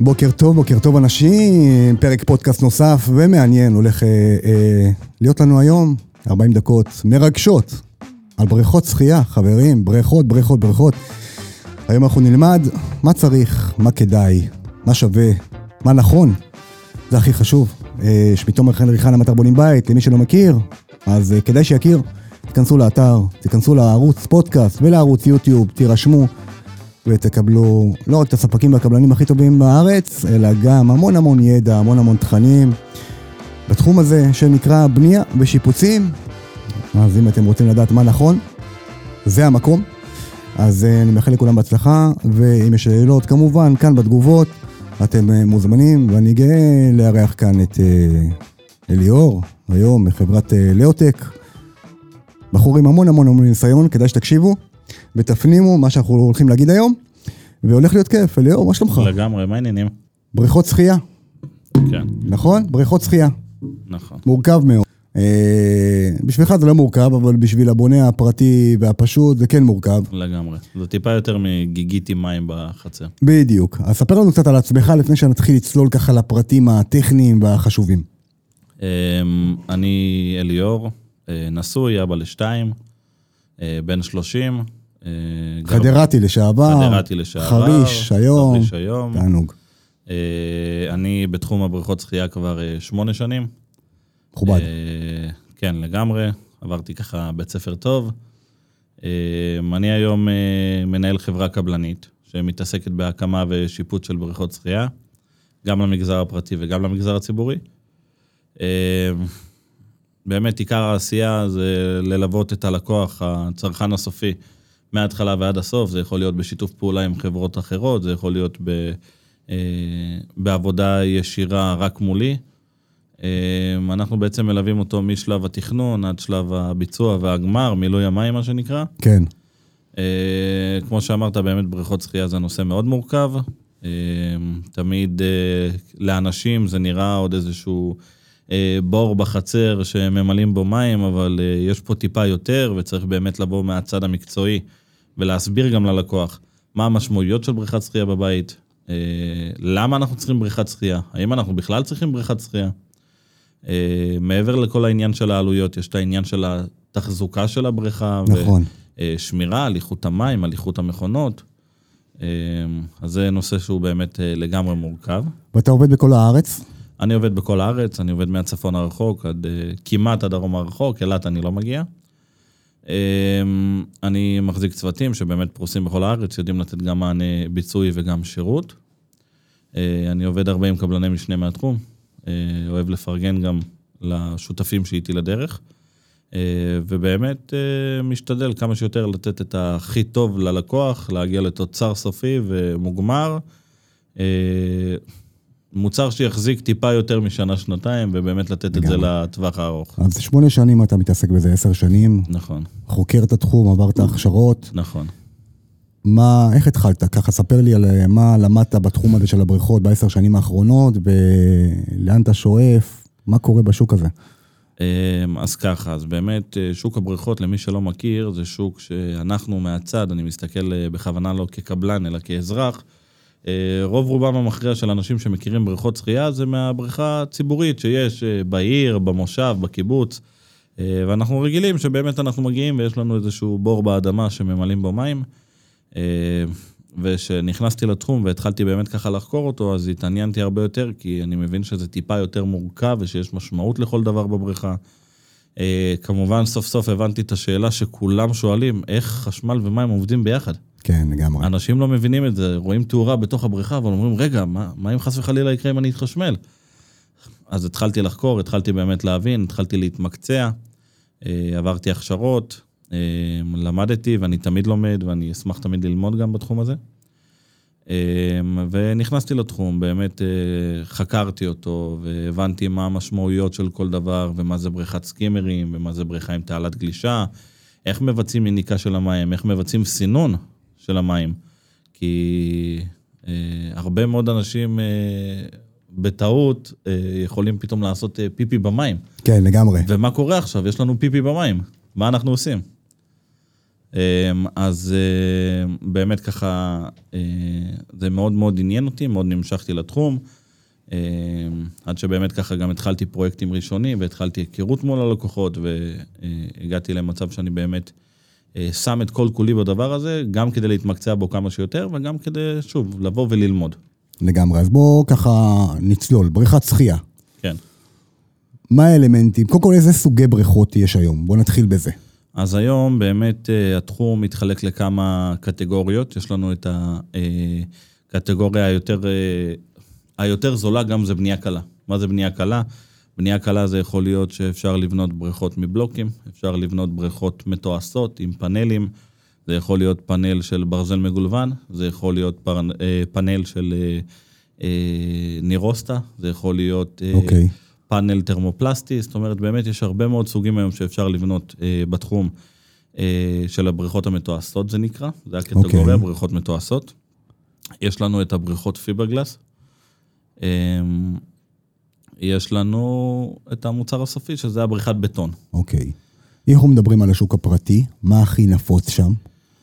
בוקר טוב אנשים, פרק פודקאסט נוסף ומעניין הולך להיות לנו היום 40 דקות מרגשות על בריכות שחייה, חברים, בריכות. היום אנחנו נלמד מה צריך, מה כדאי, מה שווה, מה נכון, זה הכי חשוב. שמי תומר חן ריחן, המטר בונים בית, למי שלא מכיר, אז כדאי שיכיר, תיכנסו לאתר, תיכנסו לערוץ פודקאסט ולערוץ יוטיוב, תירשמו, ותקבלו לא רק את הספקים והקבלנים הכי טובים בארץ, אלא גם המון ידע, המון תכנים בתחום הזה שנקרא בנייה ושיפוצים. אז אם אתם רוצים לדעת מה נכון, זה המקום. אז אני מאחל לכולם בהצלחה, ואם יש שאלות כמובן כאן בתגובות אתם מוזמנים, ואני גאה לארח כאן את אליאור היום מחברת לאוטק, בחור עם המון ניסיון. כדאי שתקשיבו ותפנימו מה שאנחנו הולכים להגיד היום, והולך להיות כיף. אליאור, מה שלומך? לגמרי, מה העניינים? בריכות שחייה. כן. נכון? בריכות שחייה. נכון. מורכב מאוד. בשבילך זה לא מורכב, אבל בשביל הבונה הפרטי והפשוט זה כן מורכב. לגמרי. זה טיפה יותר מגיגית עם מים בחצר. בדיוק. אז ספר לנו קצת על עצמך לפני שנתחיל לצלול ככה לפרטים הטכניים והחשובים. אני אליאור, נשוי, אבא לשתיים, בן 30. חדרתי לשעבר. חריש היום. תענוג. אני בתחום הבריכות שחייה כבר 8 שנים. מכובד. כן, לגמרי. עברתי ככה בית ספר טוב. אני היום מנהל חברה קבלנית, שמתעסקת בהקמה ושיפוץ של בריכות שחייה, גם למגזר הפרטי וגם למגזר הציבורי. באמת עיקר העשייה זה ללוות את הלקוח, הצרכן הסופי, מההתחלה ועד הסוף. זה יכול להיות בשיתוף פעולה עם חברות אחרות, זה יכול להיות בעבודה ישירה רק מולי. אנחנו בעצם מלווים אותו משלב התכנון עד שלב הביצוע והגמר, מילוי המים מה שנקרא. כן. כמו שאמרת, באמת בריכות שחייה זה נושא מאוד מורכב. תמיד לאנשים זה נראה עוד איזשהו בור בחצר שממלאים בו מים, אבל יש פה טיפה יותר, וצריך באמת לבוא מהצד המקצועי, ולהסביר גם ללקוח מה המשמעויות של בריכת שחייה בבית, למה אנחנו צריכים בריכת שחייה, האם אנחנו בכלל צריכים בריכת שחייה. מעבר לכל העניין של העלויות, יש את העניין של התחזוקה של הבריכה, נכון. ושמירה על איכות המים, על איכות המכונות. אז זה נושא שהוא באמת לגמרי מורכב. ואתה עובד בכל הארץ? אני עובד בכל הארץ, אני עובד מהצפון הרחוק, כמעט עד הדרום הרחוק, אילת אני לא מגיע. אני מחזיק צוותים שבאמת פרוסים בכל הארץ, יודעים לתת גם מענה ביצועי וגם שירות. אני עובד 40 קבלני משנה מהתחום, אוהב לפרגן גם לשותפים שאיתי לדרך, ובאמת משתדל כמה שיותר לתת את הכי טוב ללקוח, להגיע לתוצר סופי ומוגמר, מוצר שיחזיק טיפה יותר משנה-שנתיים, ובאמת לתת את זה לטווח הארוך. אז 8 שנים אתה מתעסק בזה, 10 שנים. נכון. חוקר את התחום, עברת הכשרות. נכון. איך התחלת? ככה ספר לי על מה למדת בתחום הזה של הבריכות ב10 שנים האחרונות, ולאן אתה שואף, מה קורה בשוק הזה? אז ככה, אז באמת שוק הבריכות, למי שלא מכיר, זה שוק שאנחנו מהצד, אני מסתכל בכוונה לא כקבלן, אלא כאזרח, רוב רובם המכריע של אנשים שמכירים בריכות שחייה, זה מהבריכה הציבורית שיש בעיר, במושב, בקיבוץ, ואנחנו רגילים שבאמת אנחנו מגיעים ויש לנו איזשהו בור באדמה שממלאים בו מים, ושנכנסתי לתחום והתחלתי באמת ככה לחקור אותו, אז התעניינתי הרבה יותר, כי אני מבין שזה טיפה יותר מורכב ושיש משמעות לכל דבר בבריכה. כמובן סוף סוף הבנתי את השאלה שכולם שואלים, איך חשמל ומים עובדים ביחד? כן, לגמרי. אנשים לא מבינים את זה, רואים תאורה בתוך הבריכה, אבל אומרים, רגע, מה אם חס וחלילה יקרה אם אני אתחשמל? אז התחלתי לחקור, התחלתי באמת להבין, התחלתי להתמקצע, עברתי הכשרות, למדתי, ואני תמיד לומד, ואני אשמח תמיד ללמוד גם בתחום הזה. ונכנסתי לתחום, באמת חקרתי אותו, והבנתי מה המשמעויות של כל דבר, ומה זה בריכת סקימרים, ומה זה בריכה עם תעלת גלישה, איך מבצעים מניקה של המים, איך מבצעים סינון של המים, כי הרבה מאוד אנשים בטעות יכולים פתאום לעשות פיפי במים. כן, לגמרי. ומה קורה עכשיו? יש לנו פיפי במים. מה אנחנו עושים? אז באמת ככה, זה מאוד מאוד עניין אותי, מאוד נמשכתי לתחום, עד שבאמת ככה גם התחלתי פרויקטים ראשונים, והתחלתי היכרות מול הלקוחות, והגעתי למצב שאני באמת שם את כל כולי בדבר הזה, גם כדי להתמקצע בו כמה שיותר, וגם כדי, שוב, לבוא וללמוד. לגמרי, אז בואו ככה נצלול, בריכת שחייה. כן. מה האלמנטים? קודם כל איזה סוגי בריכות יש היום? בואו נתחיל בזה. אז היום באמת התחום מתחלק לכמה קטגוריות, יש לנו את הקטגוריה היותר זולה, גם זה בנייה קלה. מה זה בנייה קלה? בנייה קלה זה יכול להיות שאפשר לבנות בריכות מבלוקים, אפשר לבנות בריכות מתועשות עם פאנלים, זה יכול להיות פאנל של ברזל מגולבן, זה יכול להיות פאנל של נירוסטה, זה יכול להיות פאנל טרמופלסטי, זאת אומרת, באמת יש הרבה מאוד סוגים היום שאפשר לבנות בתחום של הבריכות המתועשות, זה נקרא, זה הקטגוריה, בריכות מתועשות. יש לנו את הבריכות פיברגלס, יש לנו את המוצר הסופי, שזה הבריכת בטון. אוקיי. אם אנחנו מדברים על השוק הפרטי, מה הכי נפוץ שם?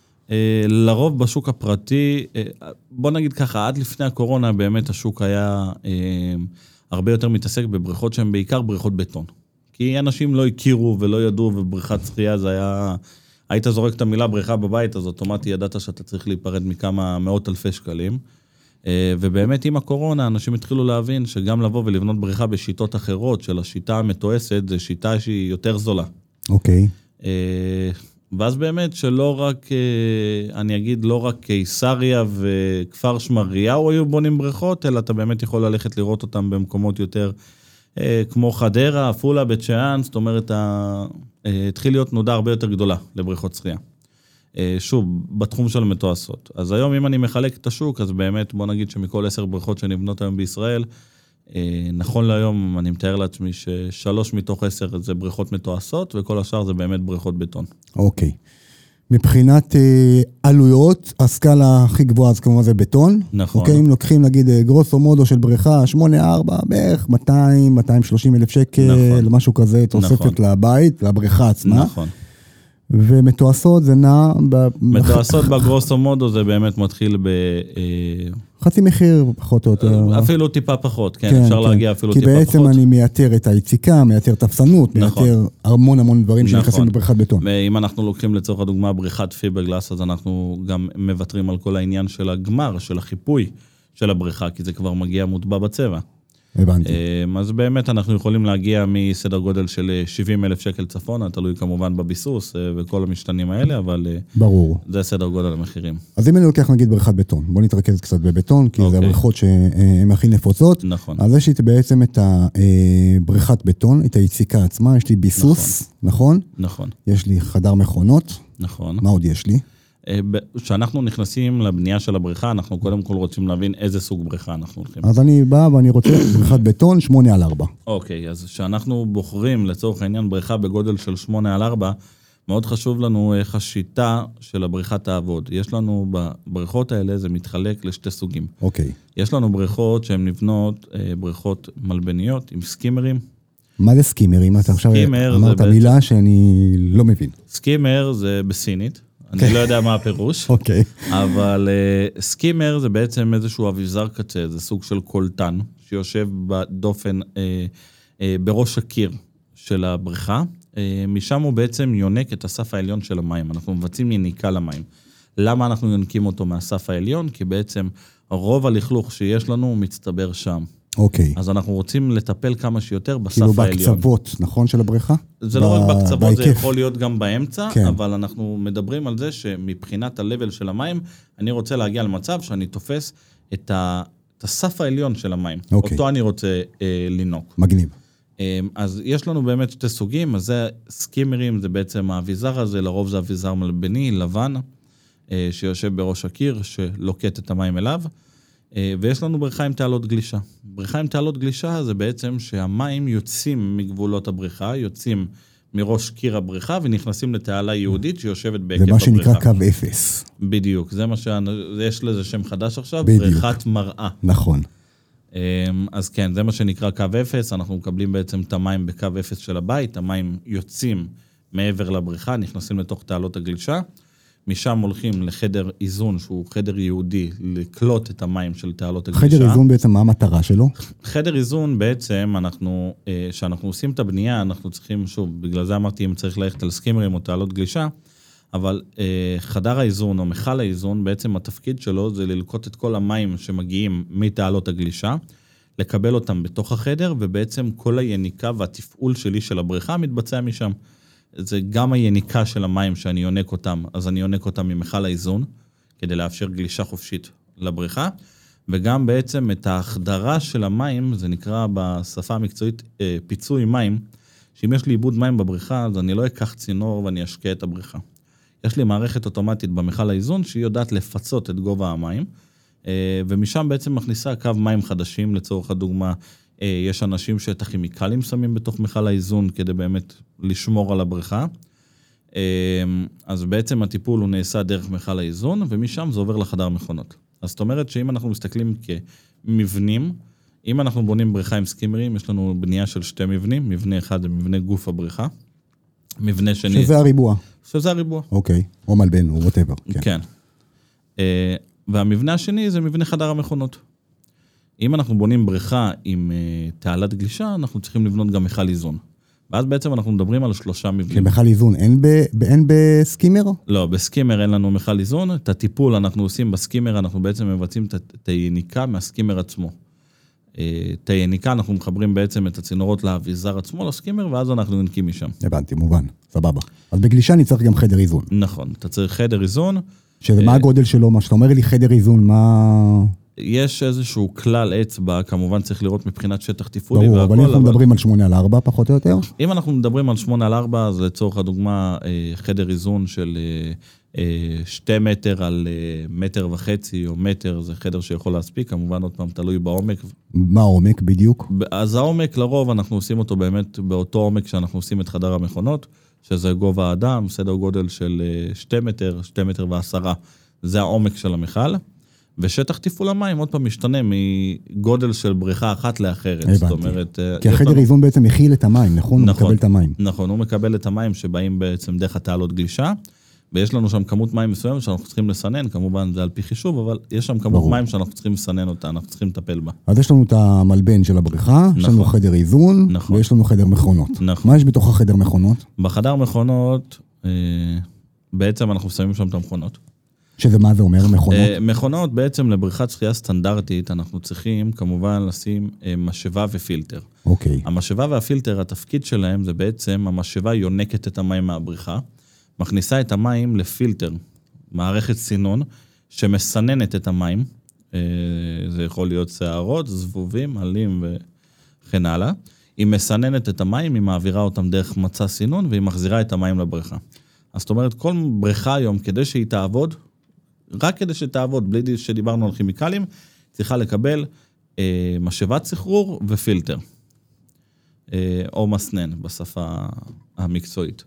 לרוב בשוק הפרטי, בוא נגיד ככה, עד לפני הקורונה באמת השוק היה הרבה יותר מתעסק בבריכות שהן בעיקר בריכות בטון. כי אנשים לא הכירו ולא ידעו, ובריכת שחייה זה היה, היית זורק את המילה בריכה בבית, אז אוטומטי ידעת שאתה צריך להיפרד מכמה מאות אלפי שקלים. ובאמת עם הקורונה אנשים התחילו להבין שגם לבוא ולבנות בריכה בשיטות אחרות של השיטה המתועסת, זה שיטה שהיא יותר זולה. אוקיי. ואז באמת שלא רק, אני אגיד, לא רק קיסריה וכפר שמריהו היו בונים בריכות, אלא אתה באמת יכול ללכת לראות אותם במקומות יותר כמו חדרה, עפולה, בית שאן, זאת אומרת, התחיל להיות נודע הרבה יותר גדולה לבריכות שחייה. שוב, בתחום של המתועשות. אז היום אם אני מחלק את השוק, אז באמת בוא נגיד שמכל 10 בריכות שנבנות היום בישראל, נכון להיום אני מתאר לעצמי ש3 מתוך 10 זה בריכות מתועשות, וכל השאר זה באמת בריכות בטון. אוקיי. מבחינת עלויות, הסקאלה הכי גבוהה אז כמובן זה בטון. נכון. אוקיי, אם לוקחים נגיד גרוסו מודו של בריכה, 8-4, בערך 200-230 אלף שקל, נכון. משהו כזה, תוספת נכון. לבית, לבריכה עצמה. נכון. ומתועשות זה נע... מתועשות בגרוסו מודו זה באמת מתחיל חצי מחיר, פחות או יותר. אפילו טיפה פחות, כן, אפשר להגיע אפילו טיפה פחות. כי בעצם אני מייתר את היציקה, מייתר את אפסנות, מייתר המון דברים שנכנסים בבריכת בטון. ואם אנחנו לוקחים לצורך הדוגמה בריכת פיברגלס, אז אנחנו גם מוותרים על כל העניין של הגמר, של החיפוי של הבריכה, כי זה כבר מגיע מוטבע בצבע. הבנתי. אז באמת אנחנו יכולים להגיע מסדר גודל של 70,000 שקל צפונה, תלוי כמובן בביסוס וכל המשתנים האלה, אבל ברור. זה סדר גודל המחירים. אז אם אני לוקח נגיד בריכת בטון, בוא נתרכז קצת בבטון, כי זה הבריכות שהן הכי נפוצות. נכון. אז יש לי בעצם את הבריכת בטון, את היציקה עצמה, יש לי ביסוס, נכון? נכון. יש לי חדר מכונות. נכון. מה עוד יש לי? כשאנחנו נכנסים לבנייה של הבריכה, אנחנו קודם כל רוצים להבין איזה סוג בריכה אנחנו הולכים. אז אני בא ואני רוצה בריכת בטון 8x4. אוקיי, אז כשאנחנו בוחרים לצורך העניין בריכה בגודל של 8x4, מאוד חשוב לנו איך השיטה של הבריכה תעבוד. יש לנו בבריכות האלה, זה מתחלק לשתי סוגים. אוקיי. יש לנו בריכות שהן נבנות בריכות מלבניות עם סקימרים. מה זה סקימרים? אתה עכשיו אמרת מילה שאני לא מבין. סקימר זה בסינית. אני לא יודע מה הפירוש, אוקיי. אבל סקימר זה בעצם איזשהו אביזר קצה, זה סוג של קולטן, שיושב בדופן, בראש הקיר של הבריכה, משם הוא בעצם יונק את הסף העליון של המים, אנחנו מבצעים יניקה למים. למה אנחנו יונקים אותו מהסף העליון? כי בעצם רוב הלכלוך שיש לנו מצטבר שם. אוקיי. אז אנחנו רוצים לטפל כמה שיותר בסף העליון. כאילו בקצוות, נכון, של הבריכה? זה לא רק בקצוות, זה יכול להיות גם באמצע, אבל אנחנו מדברים על זה שמבחינת הלבל של המים, אני רוצה להגיע למצב שאני תופס את הסף העליון של המים. אותו אני רוצה לנוק. מגניב. אז יש לנו באמת שתי סוגים, אז זה סקימרים, זה בעצם האביזר הזה, לרוב זה אביזר מלבני, לבן, שיושב בראש הקיר, שלוקט את המים אליו. ויש לנו בריכה עם תעלות גלישה. בריכה עם תעלות גלישה זה בעצם שהמים יוצאים מגבולות הבריכה, יוצאים מראש קיר הבריכה, ונכנסים לתעלה יהודית שיושבת בהיקף הבריכה. זה מה שנקרא קו אפס. בדיוק, זה מה יש לזה שם חדש עכשיו, בריכת מראה. נכון. אז כן, זה מה שנקרא קו אפס, אנחנו מקבלים בעצם את המים בקו אפס של הבית, המים יוצאים מעבר לבריכה, נכנסים לתוך תעלות הגלישה, משם הולכים לחדר איזון, שהוא חדר יהודי, לקלוט את המים של תעלות הגלישה. חדר איזון בעצם, מה המטרה שלו? חדר איזון בעצם, שאנחנו עושים את הבנייה, אנחנו צריכים, שוב, בגלל זה אמרתי, אם צריך ללכת על סקימרים או תעלות גלישה, אבל חדר האיזון או מכל האיזון, בעצם התפקיד שלו זה ללקוט את כל המים שמגיעים מתעלות הגלישה, לקבל אותם בתוך החדר, ובעצם כל היניקה והתפעול שלי של הבריכה מתבצע משם. זה גם היניקה של המים שאני יונק אותם, אז אני יונק אותם ממכל האיזון, כדי לאפשר גלישה חופשית לבריכה, וגם בעצם את ההחדרה של המים, זה נקרא בשפה המקצועית פיצוי מים, שאם יש לי איבוד מים בבריכה, אז אני לא אקח צינור ואני אשקע את הבריכה. יש לי מערכת אוטומטית במכל האיזון, שהיא יודעת לפצות את גובה המים, ומשם בעצם מכניסה קו מים חדשים, לצורך הדוגמה, יש אנשים שאת הכימיקלים שמים בתוך מכל האיזון, כדי באמת לשמור על הבריכה, אז בעצם הטיפול הוא נעשה דרך מכל האיזון, ומשם זה עובר לחדר מכונות. אז זאת אומרת שאם אנחנו מסתכלים כמבנים, אם אנחנו בונים בריכה עם סקימרים, יש לנו בנייה של 2 מבנים, מבנה אחד זה מבנה גוף הבריכה, מבנה שני... שזה הריבוע. שזה הריבוע. אוקיי, או מלבן, או whatever. כן. והמבנה השני זה מבנה חדר המכונות. אם אנחנו בונים בריכה עם תעלת גלישה, אנחנו צריכים לבנות גם מכל איזון. ואז בעצם אנחנו מדברים על 3 מבנים. שמכל איזון אין בסקימר? לא, בסקימר אין לנו מכל איזון. את הטיפול אנחנו עושים בסקימר, אנחנו בעצם מבצעים את היניקה מהסקימר עצמו. את היניקה אנחנו מחברים בעצם את הצינורות לאביזר עצמו לסקימר, ואז אנחנו יונקים משם. הבנתי, מובן, סבבה. אז בגלישה אני צריך גם חדר איזון. נכון, אתה צריך חדר איזון. שזה מה הגודל שלו? מה שאתה אומר לי חדר איזון, מה... יש איזשהו כלל אצבע, כמובן צריך לראות מבחינת שטח תפעולי. ברור, אבל אנחנו מדברים על 8x4 פחות או יותר? אם אנחנו מדברים על 8x4, אז לצורך הדוגמה, חדר איזון של 2 מטר על 1.5 מטר או מטר, זה חדר שיכול להספיק, כמובן עוד פעם תלוי בעומק. מה העומק בדיוק? אז העומק לרוב אנחנו עושים אותו באמת באותו עומק שאנחנו עושים את חדר המכונות, שזה גובה האדם, סדר גודל של 2 מטר, 2 מטר ו10, זה העומק של המכל. ושטח תפעול המים, עוד פעם, משתנה מגודל של בריכה אחת לאחרת. זאת אומרת... כי החדר איזון בעצם מכיל את המים, נכון? הוא מקבל את המים. נכון, הוא מקבל את המים שבאים בעצם דרך התעלות גלישה, ויש לנו שם כמות מים מסוימת שאנחנו צריכים לסנן, כמובן זה על פי חישוב, אבל יש שם כמות מים שאנחנו צריכים לסנן אותה, אנחנו צריכים לטפל בה. אז יש לנו את המלבן של הבריכה, יש לנו חדר איזון, ויש לנו חדר מכונות. מה יש בתוך החדר מכונות? בחדר מכונות, בעצם אנחנו שמים שם את המכונות. שזה מה זה אומר, מכונות? מכונות בעצם לבריכת שחייה סטנדרטית, אנחנו צריכים כמובן לשים משאבה ופילטר. אוקיי. המשאבה והפילטר, התפקיד שלהם זה בעצם, המשאבה יונקת את המים מהבריכה, מכניסה את המים לפילטר, מערכת סינון, שמסננת את המים, זה יכול להיות שערות, זבובים, עלים וכן הלאה. היא מסננת את המים, היא מעבירה אותם דרך מצע סינון, והיא מחזירה את המים לבריכה. אז זאת אומרת, כל בריכה היום, כדי שהיא תעבוד, רק כדי שתעבוד, בלי שדיברנו על כימיקלים, צריכה לקבל משאבת סחרור ופילטר, או מסנן בשפה המקצועית.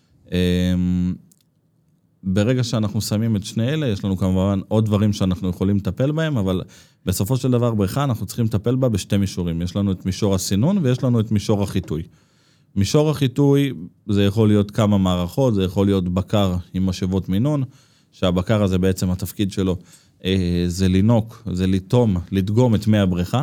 ברגע שאנחנו שמים את שני אלה, יש לנו כמובן עוד דברים שאנחנו יכולים לטפל בהם, אבל בסופו של דבר בריכה אנחנו צריכים לטפל בה בשתי מישורים. יש לנו את מישור הסינון ויש לנו את מישור החיטוי. מישור החיטוי זה יכול להיות כמה מערכות, זה יכול להיות בקר עם משאבות מינון, שהבקר הזה בעצם התפקיד שלו זה לינוק, זה לדגום את מי הבריכה,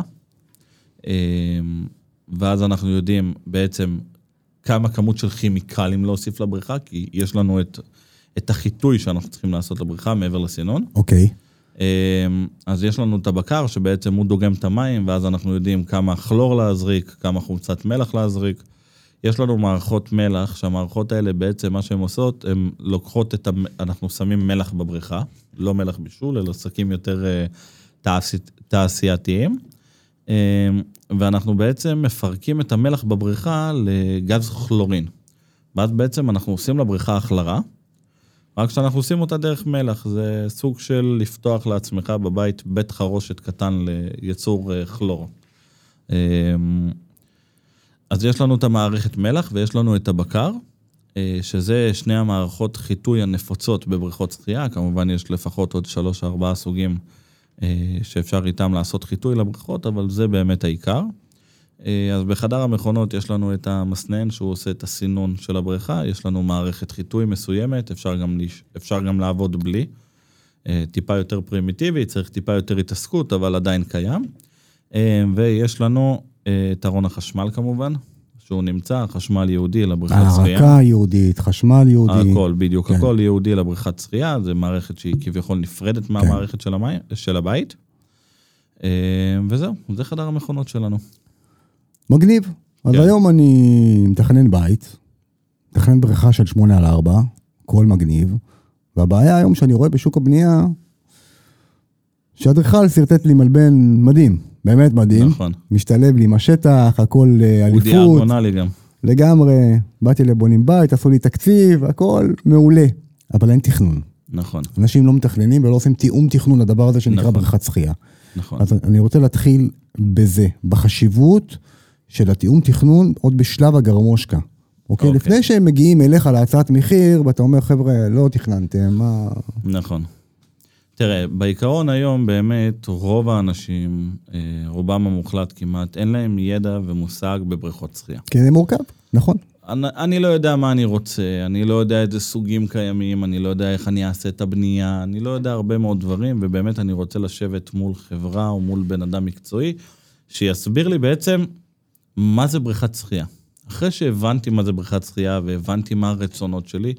ואז אנחנו יודעים בעצם כמה כמות של כימיקלים להוסיף לבריכה, כי יש לנו את החיטוי שאנחנו צריכים לעשות לבריכה מעבר לסינון. אוקיי. אז יש לנו את הבקר שבעצם הוא דוגם את המים, ואז אנחנו יודעים כמה כלור להזריק, כמה חומצת מלח להזריק. יש לנו מערכות מלח, שהמערכות האלה בעצם מה שהן עושות, הן לוקחות אנחנו שמים מלח בבריכה, לא מלח בישול, אלא שקים יותר תעשייתיים, ואנחנו בעצם מפרקים את המלח בבריכה לגז כלורין. ואז בעצם אנחנו עושים לבריכה החלרה, רק שאנחנו עושים אותה דרך מלח, זה סוג של לפתוח לעצמך בבית בית חרושת קטן ליצור כלור. אז יש לנו את המערכת מלח ויש לנו את הבקר, שזה שני המערכות חיטוי הנפוצות בבריכות שחייה, כמובן יש לפחות עוד 3-4 סוגים שאפשר איתם לעשות חיטוי לבריכות, אבל זה באמת העיקר. אז בחדר המכונות יש לנו את המסנן שהוא עושה את הסינון של הבריכה, יש לנו מערכת חיטוי מסוימת, אפשר גם לעבוד בלי, טיפה יותר פרימיטיבי, צריך טיפה יותר התעסקות, אבל עדיין קיים. ויש לנו את ארון החשמל כמובן, שהוא נמצא, חשמל יהודי לבריכת שחייה. הערקה יהודית, חשמל יהודי. הכל, בדיוק, הכל יהודי לבריכת שחייה, זה מערכת שהיא כביכול נפרדת מהמערכת של הבית. וזהו, זה חדר המכונות שלנו. מגניב. אז היום אני מתכנן בית, מתכנן בריכה של 8x4, כל מגניב, והבעיה היום שאני רואה בשוק הבנייה, שהדריכל סרטט לי מלבן מדהים, באמת מדהים. נכון. משתלב לי עם השטח, הכל אליפות. הוא דיאגונלי גם. לגמרי, באתי לבונים בית, עשו לי תקציב, הכל מעולה. אבל אין תכנון. נכון. אנשים לא מתכננים ולא עושים תיאום תכנון לדבר הזה שנקרא בריכת שחייה. נכון. אז אני רוצה להתחיל בזה, בחשיבות של התיאום תכנון עוד בשלב הגרמושקה. אוקיי? לפני שהם מגיעים אליך להצעת מחיר, ואתה אומר, חבר'ה, לא תכננתם, מה... נכון. תראה, בעיקרון היום באמת רוב האנשים, רובם המוחלט כמעט, אין להם ידע ומושג בבריכות שחייה. כי זה מורכב, נכון? אני לא יודע מה אני רוצה, אני לא יודע איזה סוגים קיימים, אני לא יודע איך אני אעשה את הבנייה, אני לא יודע הרבה מאוד דברים, ובאמת אני רוצה לשבת מול חברה או מול בן אדם מקצועי, שיסביר לי בעצם מה זה בריכת שחייה. אחרי שהבנתי מה זה בריכת שחייה, והבנתי מה הרצונות שלי,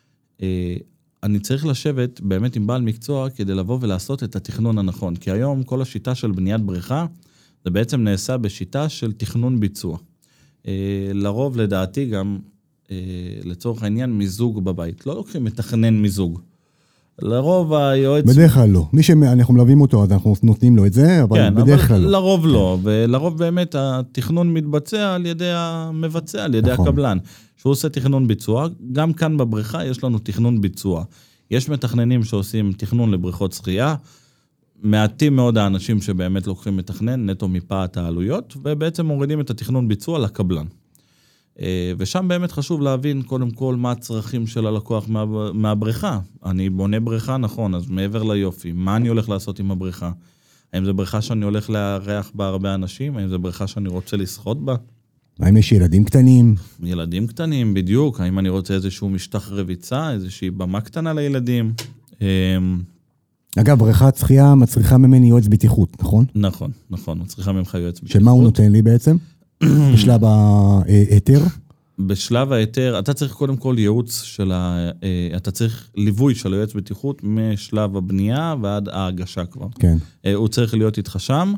אני צריך לשבת באמת עם בעל מקצוע, כדי לבוא ולעשות את התכנון הנכון. כי היום כל השיטה של בניית בריכה, זה בעצם נעשה בשיטה של תכנון ביצוע. לרוב לדעתי גם, לצורך העניין, מיזוג בבית. לא לוקחים מתכנן מיזוג. לרוב היועץ... בדרך כלל לא. מי שאנחנו מלווים אותו, אז אנחנו נותנים לו את זה, אבל כן, בדרך כלל אבל לא. לרוב לא. ולרוב באמת התכנון מתבצע על ידי המבצע, על ידי הקבלן. שהוא עושה תכנון ביצוע. גם כאן בבריכה יש לנו תכנון ביצוע. יש מתכננים שעושים תכנון לבריכות שחייה, מעטים מאוד האנשים שבאמת לוקחים מתכנן, נטו מפאת העלויות, ובעצם מורידים את התכנון ביצוע לקבלן. ושם באמת חשוב להבין קודם כל מה הצרכים של הלקוח מהבריכה. אני בונה בריכה, נכון, אז מעבר ליופי, מה אני הולך לעשות עם הבריכה? האם זו בריכה שאני הולך לארח בה הרבה אנשים? האם זו בריכה שאני רוצה לשחות בה? האם יש ילדים קטנים? ילדים קטנים, בדיוק. האם אני רוצה איזשהו משטח רביצה, איזושהי במה קטנה לילדים? אגב, בריכת שחייה מצריכה ממני יועץ בטיחות, נכון? נכון, נכון. מצריכה ממך יועץ בטיחות. שמה הוא נותן לי בעצם? בשלב ההיתר? בשלב ההיתר, אתה צריך קודם כל ייעוץ של אתה צריך ליווי של יועץ בטיחות משלב הבנייה ועד ההגשה כבר. כן. הוא צריך להיות איתך שם.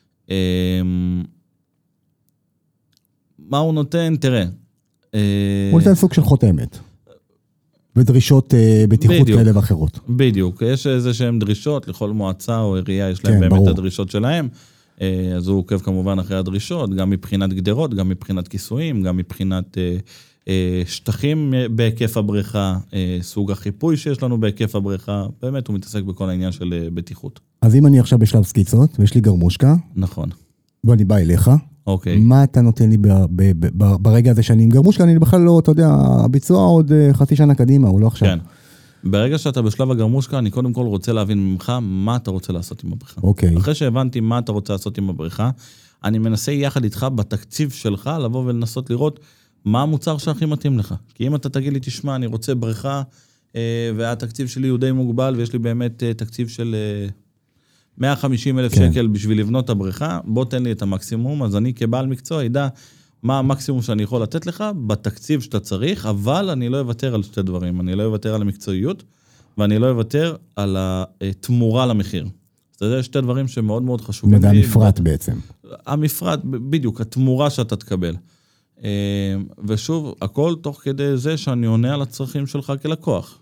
מה הוא נותן? תראה. הוא נותן סוג של חותמת. ודרישות בטיחות כאלה ואחרות. בדיוק. יש איזה שהן דרישות, לכל מועצה או עירייה יש להם באמת הדרישות שלהם. אז הוא עוקב כמובן אחרי הדרישות, גם מבחינת גדרות, גם מבחינת כיסויים, גם מבחינת שטחים בהיקף הבריכה, סוג החיפוי שיש לנו בהיקף הבריכה, באמת הוא מתעסק בכל העניין של בטיחות. אז אם אני עכשיו בשלב סקיצות, ויש לי גרמושקה, נכון. ואני בא אליך, אוקיי. מה אתה נותן לי ברגע הזה שאני עם גרמושקה? אני בכלל לא, אתה יודע, הביצוע עוד חצי שנה קדימה, הוא לא עכשיו. כן. ברגע שאתה בשלב הגרמושקה, אני קודם כל רוצה להבין ממך מה אתה רוצה לעשות עם הבריכה. אוקיי. אחרי שהבנתי מה אתה רוצה לעשות עם הבריכה, אני מנסה יחד איתך בתקציב שלך, לבוא ולנסות לראות מה המוצר שהכי מתאים לך. כי אם אתה תגיד לי, תשמע, אני רוצה בריכה, והתקציב שלי הוא די מוגבל, ויש לי באמת תקציב של 150,000 שקל בשביל לבנות את הבריכה, בוא תן לי את המקסימום, אז אני כבעל מקצוע ידע מה המקסימום שאני יכול לתת לך בתקציב שאתה צריך, אבל אני לא אוותר על שתי דברים. אני לא אוותר על המקצועיות, ואני לא אוותר על התמורה למחיר. זה שתי דברים שמאוד מאוד חשובים. זה המפרט בעצם. המפרט, בדיוק, התמורה שאתה תקבל. ושוב, הכל תוך כדי זה שאני עונה על הצרכים שלך כלקוח.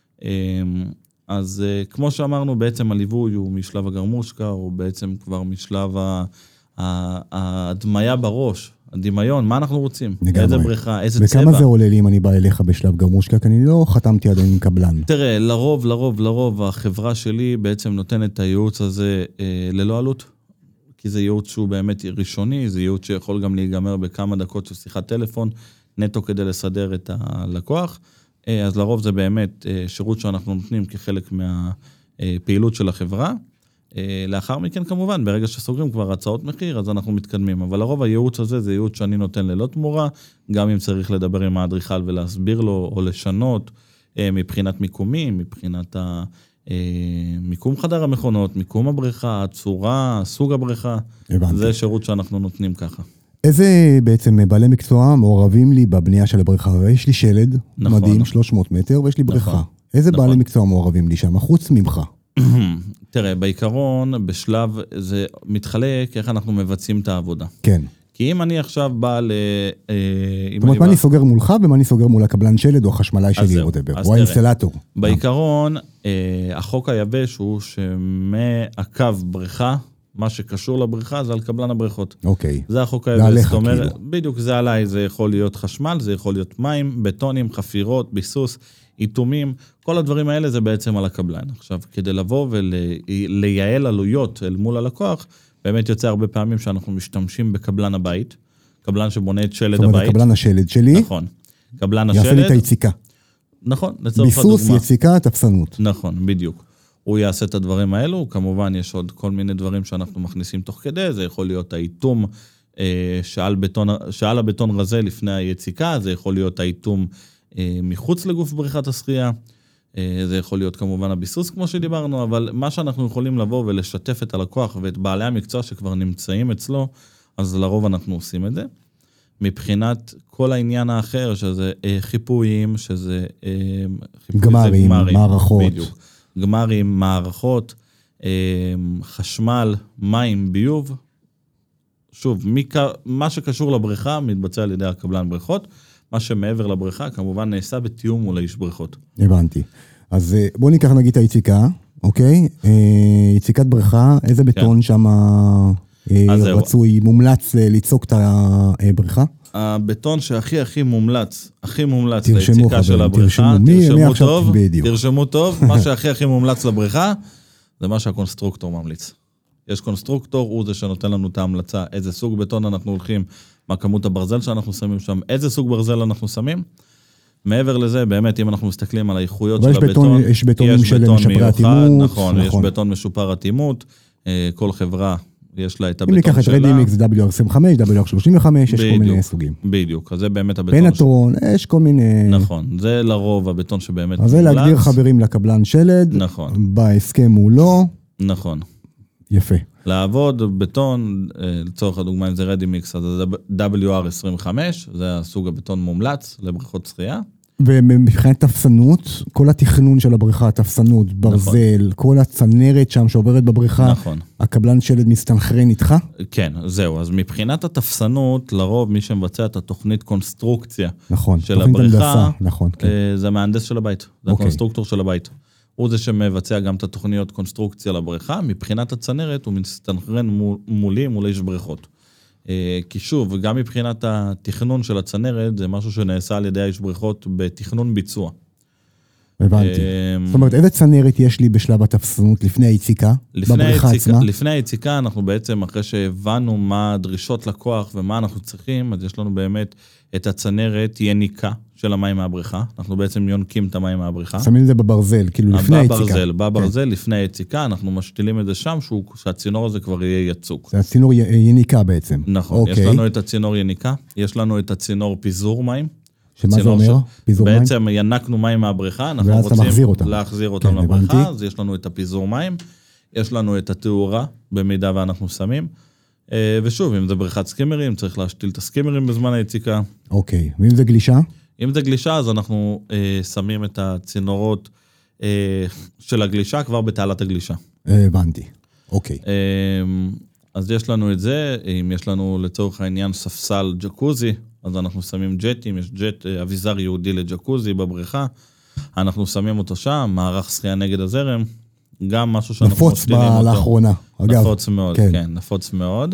אז כמו שאמרנו, בעצם הליווי הוא משלב הגרמושקה, או בעצם כבר משלב הדמיה בראש. הדמיון, מה אנחנו רוצים? לגמרי. איזה בריכה, איזה צבע. וכמה זה עולה לי אם אני בא אליך בשלב גרמושקה? כי אני לא חתמתי עדיין עם קבלן. תראה, לרוב, החברה שלי בעצם נותנת את הייעוץ הזה ללא עלות, כי זה ייעוץ שהוא באמת ראשוני, זה ייעוץ שיכול גם להיגמר בכמה דקות של שיחת טלפון, נטו כדי לסדר את הלקוח. אז לרוב זה באמת שירות שאנחנו נותנים כחלק מהפעילות של החברה. לאחר מכן, כמובן, ברגע שסוגרים כבר הצעות מחיר, אז אנחנו מתקדמים. אבל לרוב הייעוץ הזה זה ייעוץ שאני נותן ללא תמורה, גם אם צריך לדבר עם האדריכל ולהסביר לו, או לשנות מבחינת מיקומים, מבחינת מיקום חדר המכונות, מיקום הבריכה, הצורה, סוג הבריכה. הבנתי. זה שירות שאנחנו נותנים ככה. איזה בעצם בעלי מקצוע מעורבים לי בבנייה של הבריכה? יש לי שלד נכון. מדהים, 300 מטר, ויש לי בריכה. נכון. איזה נכון. בעלי מקצוע מעורבים לי שם, חוץ ממך? תראה, בעיקרון, בשלב, זה מתחלק איך אנחנו מבצעים את העבודה. כן. כי אם אני עכשיו בא זאת אומרת, מה אני סוגר מולך, ומה אני סוגר מול הקבלן שלד, או החשמלאי שלי, או האינסטלטור. בעיקרון, החוק היבש הוא שמעקו בריכה, מה שקשור לבריכה זה על קבלן הבריכות. אוקיי. זה החוק היבש. זאת אומרת, בדיוק זה עליי, זה יכול להיות חשמל, זה יכול להיות מים, בטונים, חפירות, ביסוס, איתומים, כל הדברים האלה זה בעצם על הקבלן. עכשיו, כדי לבוא ולייעל עלויות אל מול הלקוח, באמת יוצא הרבה פעמים שאנחנו משתמשים בקבלן הבית, קבלן שבונה את שלד הבית. זאת אומרת, קבלן השלד שלי. נכון. קבלן השלד. יעשה לי את היציקה. נכון, לצורך הדוגמה. ביסוס, יציקה, תפסנות. נכון, בדיוק. הוא יעשה את הדברים האלו, כמובן יש עוד כל מיני דברים שאנחנו מכניסים תוך כדי, זה יכול להיות האיתום שעל הבטון רזה לפני היציקה, זה יכול להיות האיתום מחוץ לגוף בריכת השחייה, זה יכול להיות כמובן הביסוס כמו שדיברנו, אבל מה שאנחנו יכולים לבוא ולשתף את הלקוח ואת בעלי המקצוע שכבר נמצאים אצלו, אז לרוב אנחנו עושים את זה. מבחינת כל העניין האחר, שזה חיפויים, שזה גמרים, מערכות. בדיוק. גמרים, מערכות, חשמל, מים, ביוב. שוב, מה שקשור לבריכה מתבצע על ידי הקבלן בריכות, מה שמעבר לבריכה כמובן נעשה בתיאום מול האיש בריכות. הבנתי. אז בוא ניקח נגיד את היציקה, אוקיי? יציקת בריכה, איזה בטון שם רצוי, מומלץ ליצוק את הבריכה? הבטון שהכי מומלץ ליציקה של הבריכה, תרשמו טוב, מה שהכי מומלץ לבריכה, זה מה שהקונסטרוקטור ממליץ. יש קונסטרוקטור, הוא זה שנותן לנו את ההמלצה, איזה סוג בטון אנחנו הולכים, מה כמות הברזל שאנחנו שמים שם, איזה סוג ברזל אנחנו שמים. מעבר לזה, באמת, אם אנחנו מסתכלים על האיכויות של הבטון, יש בטונים של משפרי אטימות. נכון, יש בטון משופר אטימות, כל חברה יש לה את הבטון שלה. אם ניקח את רדימיקס, WR25, WR35, יש כל מיני סוגים. בדיוק, אז זה באמת הבטון. פנטרון, יש כל מיני... נכון, זה לרוב הבטון שבאמת... אז זה להגדיר חברים לקבלן שלד, נכון. בהסכם מולו. נכון. יפה. לעבוד בטון, לצורך הדוגמה אם זה רדימיקס, אז זה WR25, זה הסוג הבטון מומלץ לבריכות שחייה. ומבחינת תפסנות, כל התכנון של הבריכה, תפסנות, ברזל, נכון. כל הצנרת שם שעוברת בבריכה, נכון. הקבלן שלד מסתנכרן איתך? כן, זהו. אז מבחינת התפסנות, לרוב מי שמבצע את התוכנית קונסטרוקציה נכון, של הבריכה, נכון, כן. זה מהנדס של הבית, זה הקונסטרוקטור של הבית. הוא זה שמבצע גם את התוכניות קונסטרוקציה לבריכה, מבחינת הצנרת הוא מסתנכרן מולי, מול איש בריכות. כי שוב, גם מבחינת התכנון של הצנרת, זה משהו שנעשה על ידי האיש בריכות בתכנון ביצוע. הבנתי. זאת אומרת, איזה צנרת יש לי בשלב התפסנות לפני היציקה? בבריכה עצמה? לפני היציקה, אנחנו בעצם, אחרי שהבנו מה הדרישות לקוח ומה אנחנו צריכים, אז יש לנו באמת את הצנרת יניקה של המים מהבריכה. אנחנו בעצם יונקים את המים מהבריכה. שמים את זה בברזל, כאילו לפני היציקה. בברזל, לפני היציקה, אנחנו משתילים את זה שם, שהצינור הזה כבר יהיה יצוק. זה הצינור יניקה בעצם. נכון, יש לנו את הצינור יניקה, יש לנו את הצינור פיזור מים. שמה זה אומר? פיזור מים? בעצם ינקנו מים מהבריכה, אנחנו רוצים להחזיר אותם לבריכה, אז יש לנו את הפיזור מים, יש לנו את התאורה, במידה ואנחנו שמים, ושוב, אם זה בריכת סקימרים, צריך להשתיל את הסקימרים בזמן היציקה. אוקיי, ואם זה גלישה? אם זה גלישה, אז אנחנו שמים את הצינורות של הגלישה כבר בתעלת הגלישה. הבנתי, אוקיי. אז יש לנו את זה, אם יש לנו לצורך העניין ספסל ג'קוזי, אז אנחנו שמים ג'טים, יש ג'ט אביזר יהודי לג'קוזי בבריכה, אנחנו שמים אותו שם, מערך שחייה נגד הזרם, גם משהו שאנחנו משתילים אותו. נפוץ לאחרונה, אגב. נפוץ מאוד, כן, נפוץ מאוד.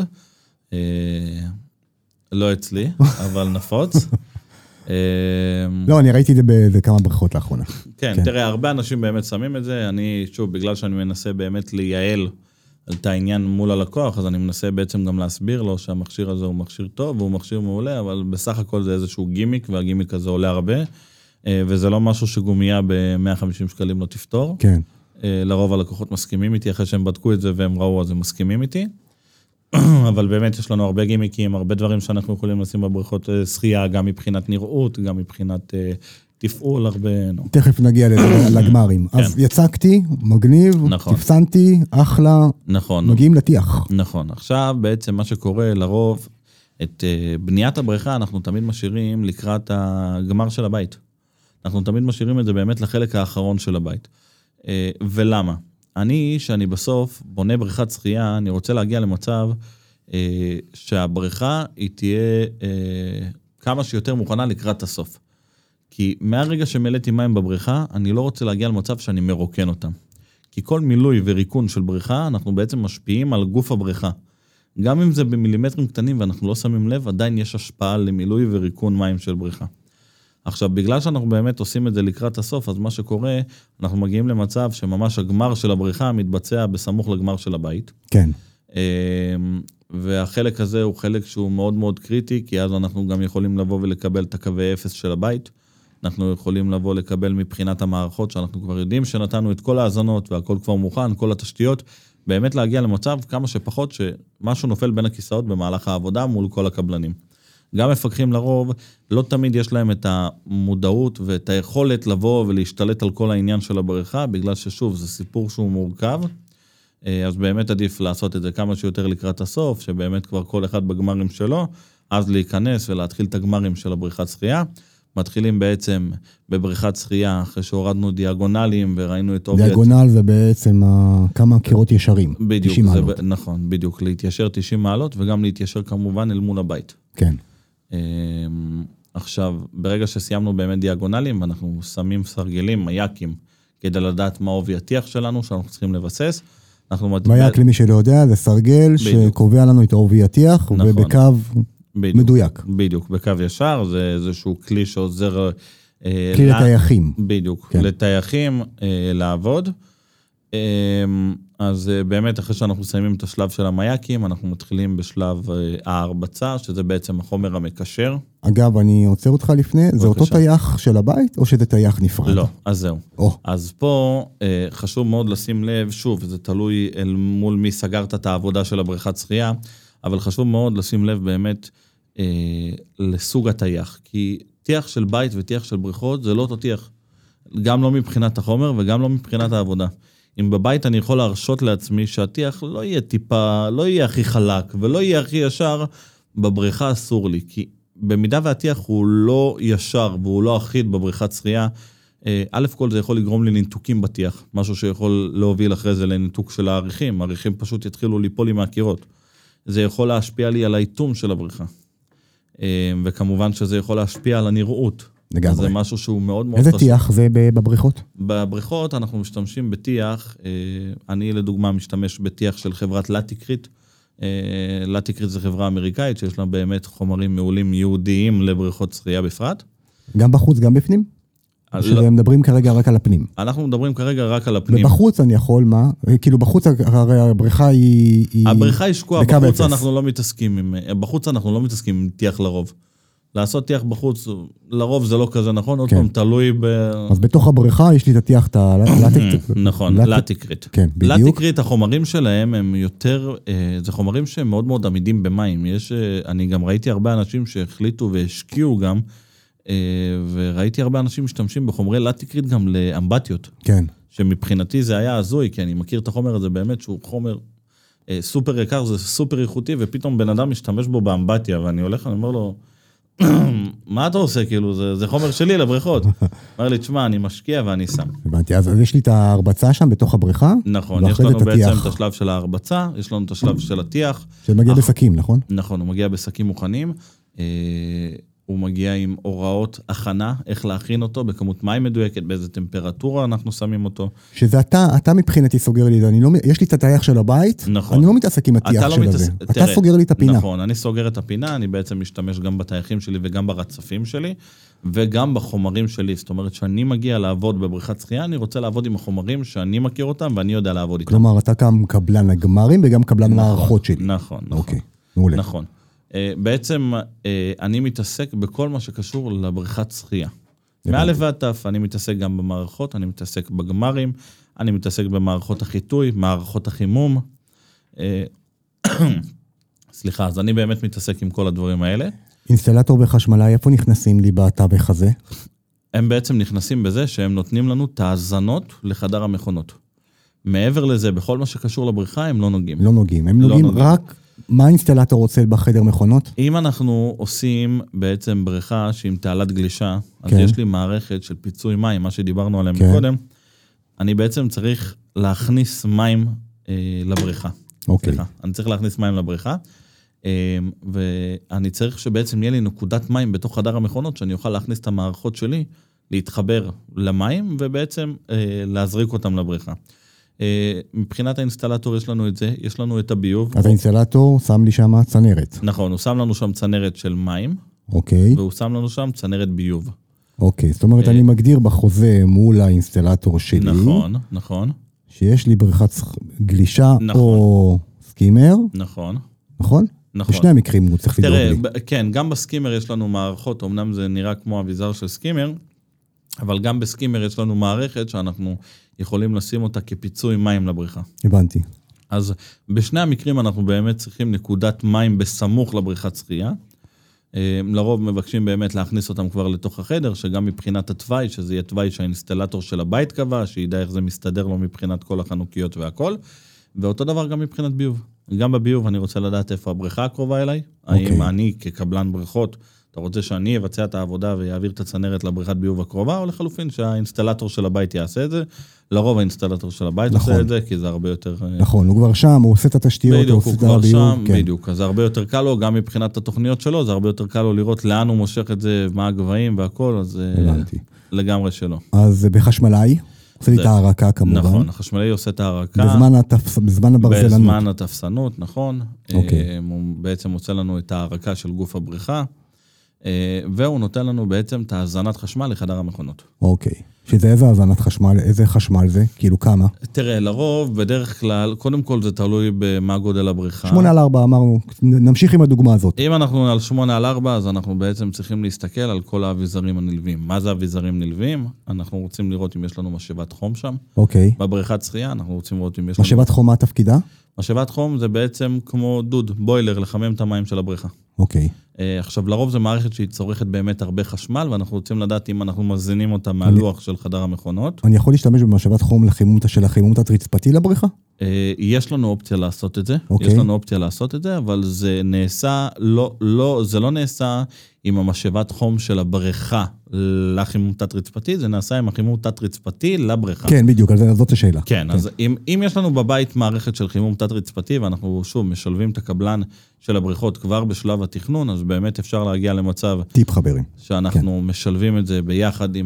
לא אצלי, אבל נפוץ. לא, אני ראיתי את זה בכמה בריכות לאחרונה. כן, תראה, הרבה אנשים באמת שמים את זה, אני, שוב, בגלל שאני מנסה באמת לייעל את העניין מול הלקוח, אז אני מנסה בעצם גם להסביר לו שהמכשיר הזה הוא מכשיר טוב, והוא מכשיר מעולה, אבל בסך הכל זה איזשהו גימיק, והגימיק הזה עולה הרבה, וזה לא משהו שגומיה ב-150 שקלים לא תפתור. כן. לרוב הלקוחות מסכימים איתי, אחרי שהם בדקו את זה והם ראו, אז הם מסכימים איתי. אבל באמת יש לנו הרבה גימיקים, הרבה דברים שאנחנו יכולים לשים בבריכות שחייה, גם מבחינת נראות, גם מבחינת תפעול, הרבה... תכף נגיע לגמרים. אז יצקתי, מגניב, תפסנתי, אחלה, מגיעים לטיח. נכון. עכשיו בעצם מה שקורה לרוב, את בניית הבריכה אנחנו תמיד משאירים לקראת הגמר של הבית. אנחנו תמיד משאירים את זה באמת לחלק האחרון של הבית. ולמה? שאני בסוף בונה בריכת שחייה, אני רוצה להגיע למצב שהבריכה היא תהיה כמה שיותר מוכנה לקראת הסוף. כי מהרגע שמלאתי מים בבריכה, אני לא רוצה להגיע למצב שאני מרוקן אותם. כי כל מילוי וריקון של בריכה, אנחנו בעצם משפיעים על גוף הבריכה. גם אם זה במילימטרים קטנים ואנחנו לא שמים לב, עדיין יש השפעה למילוי וריקון מים של בריכה. עכשיו, בגלל שאנחנו באמת עושים את זה לקראת הסוף, אז מה שקורה, אנחנו מגיעים למצב שממש הגמר של הבריכה מתבצע בסמוך לגמר של הבית. כן. והחלק הזה הוא חלק שהוא מאוד מאוד קריטי, כי אז אנחנו גם יכולים לבוא ולקבל את הקווי אפס של הבית. אנחנו יכולים לבוא לקבל מבחינת המערכות, שאנחנו כבר יודעים שנתנו את כל ההזנות, והכל כבר מוכן, כל התשתיות, באמת להגיע למצב כמה שפחות שמשהו נופל בין הכיסאות במהלך העבודה מול כל הקבלנים. גם מפקחים לרוב, לא תמיד יש להם את המודעות ואת היכולת לבוא ולהשתלט על כל העניין של הבריכה, בגלל ששוב, זה סיפור שהוא מורכב, אז באמת עדיף לעשות את זה כמה שיותר לקראת הסוף, שבאמת כבר כל אחד בגמרים שלו, אז להיכנס ולהתחיל את הגמרים של הבריכת שחייה. מתחילים בעצם בבריכת שחייה, אחרי שהורדנו דיאגונלים וראינו את אוביית. דיאגונל זה בעצם כמה קירות ישרים. בדיוק, נכון, בדיוק, להתיישר 90 מעלות, וגם להתיישר כמובן אל מול הבית. כן. עכשיו, ברגע שסיימנו באמת דיאגונלים, אנחנו שמים סרגלים, מייקים, כדי לדעת מה עובי הטיח שלנו, שאנחנו צריכים לבסס. מייק, למי שלא יודע, זה סרגל שקובע לנו את עובי הטיח, ובקו מדויק. בדיוק, בקו ישר, זה איזשהו כלי שעוזר... כלי לטייחים. בדיוק, לטייחים לעבוד. אז באמת אחרי שאנחנו מסיימים את השלב של המייקים, אנחנו מתחילים בשלב ההרבצה, שזה בעצם החומר המקשר. אגב, אני עוצר אותך לפני, זה אותו טייח של הבית, או שזה טייח נפרד? לא, אז זהו. אז פה חשוב מאוד לשים לב, שוב, זה תלוי אל מול מי סגרת את העבודה של הבריכת שחייה, אבל חשוב מאוד לשים לב באמת לסוג הטייח, כי טייח של בית וטייח של בריכות זה לא אותו טייח, גם לא מבחינת החומר וגם לא מבחינת העבודה. אם בבית אני יכול להרשות לעצמי שהטייח לא יהיה טיפה, לא יהיה הכי חלק ולא יהיה הכי ישר, בבריכה אסור לי, כי במידה והטייח הוא לא ישר והוא לא אחיד בבריכת שחייה, א' כל זה יכול לגרום לי לניתוקים בטייח, משהו שיכול להוביל אחרי זה לניתוק של העריכים, העריכים פשוט יתחילו ליפול לי מהקירות. זה יכול להשפיע לי על האיתום של הבריכה. וכמובן שזה יכול להשפיע על הנראות. לגמרי. זה משהו שהוא מאוד מאוד איזה טיח זה בבריכות? בבריכות אנחנו משתמשים בטיח, אני לדוגמה משתמש בטיח של חברת לטיקריט. לטיקריט זה חברה אמריקאית שיש לה באמת חומרים מעולים יהודיים לבריכות שחייה בפרט. גם בחוץ, גם בפנים? מדברים כרגע רק על הפנים. אנחנו מדברים כרגע רק על הפנים. ובחוץ אני יכול, מה? כאילו בחוץ הרי הבריכה היא... הבריכה היא שקועה, בחוץ אנחנו לא מתעסקים עם... בחוץ אנחנו לא מתעסקים עם טיח לרוב. לעשות טיח בחוץ, לרוב זה לא כזה נכון, עוד פעם תלוי ב... אז בתוך הבריכה יש לי את הטיח, את הלטיקריט. נכון, לטיקריט. כן, בדיוק. לטיקריט, החומרים שלהם הם יותר, זה חומרים שהם מאוד מאוד עמידים במים. אני גם ראיתי הרבה אנשים שהחליטו והשקיעו גם, וראיתי הרבה אנשים משתמשים בחומרי לטיקריט גם לאמבטיות. כן. שמבחינתי זה היה הזוי, כי אני מכיר את החומר הזה באמת, שהוא חומר סופר יקר, זה סופר איכותי, ופתאום בן אדם משתמש בו באמבטיה, ואני הולך, אני אומר לו, מה אתה עושה? כאילו, זה חומר שלי לבריכות. אומר לי, תשמע, אני משקיע ואני שם. הבנתי, אז יש לי את ההרבצה שם בתוך הבריכה? נכון, יש לנו בעצם את השלב של ההרבצה, יש לנו את השלב של הטיח. שמגיע בשקים, נכון? נכון, הוא מגיע בשקים מוכנים. הוא מגיע עם הוראות הכנה, איך להכין אותו, בכמות מים מדויקת, באיזה טמפרטורה אנחנו שמים אותו. שזה אתה מבחינתי סוגר לי, יש לי את הטייח של הבית, נכון. אני לא מתעסק עם הטייח של הזה. אתה סוגר לי את הפינה. נכון, אני סוגר את הפינה, אני בעצם משתמש גם בטייחים שלי וגם ברצפים שלי, וגם בחומרים שלי. זאת אומרת, שאני מגיע לעבוד בבריכת שחייה, אני רוצה לעבוד עם החומרים שאני מכיר אותם, ואני יודע לעבוד איתם. כלומר, אתה גם קבלן הגמרים וגם קבלן מערכות שלי. נכון, אוקיי, מעולה. נכון. בעצם אני מתעסק בכל מה שקשור לבריכת שחייה. מא' ועד ת', אני מתעסק גם במערכות, אני מתעסק בגמרים, אני מתעסק במערכות החיטוי, מערכות החימום. סליחה, אז אני באמת מתעסק עם כל הדברים האלה. אינסטלטור בחשמלאי, איפה נכנסים לי בתווך הזה? הם בעצם נכנסים בזה שהם נותנים לנו את ההזנות לחדר המכונות. מעבר לזה, בכל מה שקשור לבריכה, הם לא נוגעים. לא נוגעים, הם נוגעים רק מה האינסטלטור רוצה בחדר מכונות? אם אנחנו עושים בעצם בריכה שהיא עם תעלת גלישה, אז יש לי מערכת של פיצוי מים, מה שדיברנו עליהם קודם, אני בעצם צריך להכניס מים לבריכה. סליחה, אני צריך להכניס מים לבריכה, ואני צריך שבעצם יהיה לי נקודת מים בתוך חדר המכונות, שאני אוכל להכניס את המערכות שלי, להתחבר למים, ובעצם להזריק אותם לבריכה. מבחינת האינסטלטור יש לנו את זה, יש לנו את הביוב. אז האינסטלטור שם לי שם צנרת. נכון, הוא שם לנו שם צנרת של מים, והוא שם לנו שם צנרת ביוב. אוקיי, זאת אומרת אני מגדיר בחוזה מול האינסטלטור שלי. נכון, נכון. שיש לי בריכת גלישה או סקימר. נכון. נכון? נכון. בשני המקרים הוא צריך לדאוג לי. כן, גם בסקימר יש לנו מערכות, אמנם זה נראה כמו אביזר של סקימר, אבל גם בסקימר יש לנו מערכת שאנחנו יכולים לשים אותה כפיצוי מים לבריכה. הבנתי. אז בשני המקרים אנחנו באמת צריכים נקודת מים בסמוך לבריכת שחייה. לרוב מבקשים באמת להכניס אותם כבר לתוך החדר, שגם מבחינת התוואי, שזה יהיה תוואי שהאינסטלטור של הבית קבע, שידע איך זה מסתדר לו מבחינת כל החנוכיות והכל. ואותו דבר גם מבחינת ביוב. גם בביוב אני רוצה לדעת איפה הבריכה הקרובה אליי. האם אני כקבלן בריכות, אתה רוצה שאני אבצע את העבודה ויעביר את הצנרת לבריכת ביוב הקרובה, או לחלופין שהאינסטלטור של הבית יעשה את זה. לרוב האינסטלטור של הבית עושה את זה, כי זה הרבה יותר... נכון, הוא כבר שם, הוא עושה את התשתיות, הוא עושה את הביוב. בדיוק, הוא כבר שם, בדיוק. אז זה הרבה יותר קל לו, גם מבחינת התוכניות שלו, זה הרבה יותר קל לו לראות לאן הוא מושך את זה, מה הגבהים והכל, אז לגמרי שלו. אז בחשמלאי, עושה לי את ההרקה כמובן. נכון, החשמלאי עושה את ההרקה. בזמן הברזלנות. בזמן התפסנות, נכון. הוא בעצם עושה לנו את ההרקה של גוף הבריכה, והוא נותן לנו בעצם את ההזנת חשמל לחדר המכונות. אוקיי. שזה איזה הזנת חשמל? איזה חשמל זה? כאילו כמה? תראה, לרוב, בדרך כלל, קודם כל זה תלוי במה גודל הבריכה. 8/4 אמרנו, נמשיך עם הדוגמה הזאת. אם אנחנו על 8/4, אז אנחנו בעצם צריכים להסתכל על כל האביזרים הנלווים. מה זה אביזרים נלווים? אנחנו רוצים לראות אם יש לנו משאבת חום שם. אוקיי. בבריכת שחייה, אנחנו רוצים לראות אם יש לנו... משאבת חום, מה תפקידה? משאבת חום זה בעצם כמו דוד, בוילר, לחמם את המים של הבריכה. אוקיי. עכשיו, לרוב זה מערכת שהיא צורכת באמת הרבה חשמל, ואנחנו רוצים לדעת אם אנחנו מזינים אותה מהלוח של חדר המכונות. אני יכול להשתמש במשאבת חום של החימום התת-רצפתי לבריכה? יש לנו אופציה לעשות את זה. אוקיי. יש לנו אופציה לעשות את זה, אבל זה נעשה, זה לא נעשה עם המשאבת חום של הבריכה לחימום תת-רצפתי, זה נעשה עם החימום תת-רצפתי לבריכה. כן, בדיוק, זאת השאלה. כן, אז אם יש לנו בבית מערכת של חימום תת-רצפתי, ואנחנו שוב משלבים את הקבלן של הבריכות כבר בשלב התכנון, אז באמת אפשר להגיע למצב... טיפ חברים. שאנחנו משלבים את זה ביחד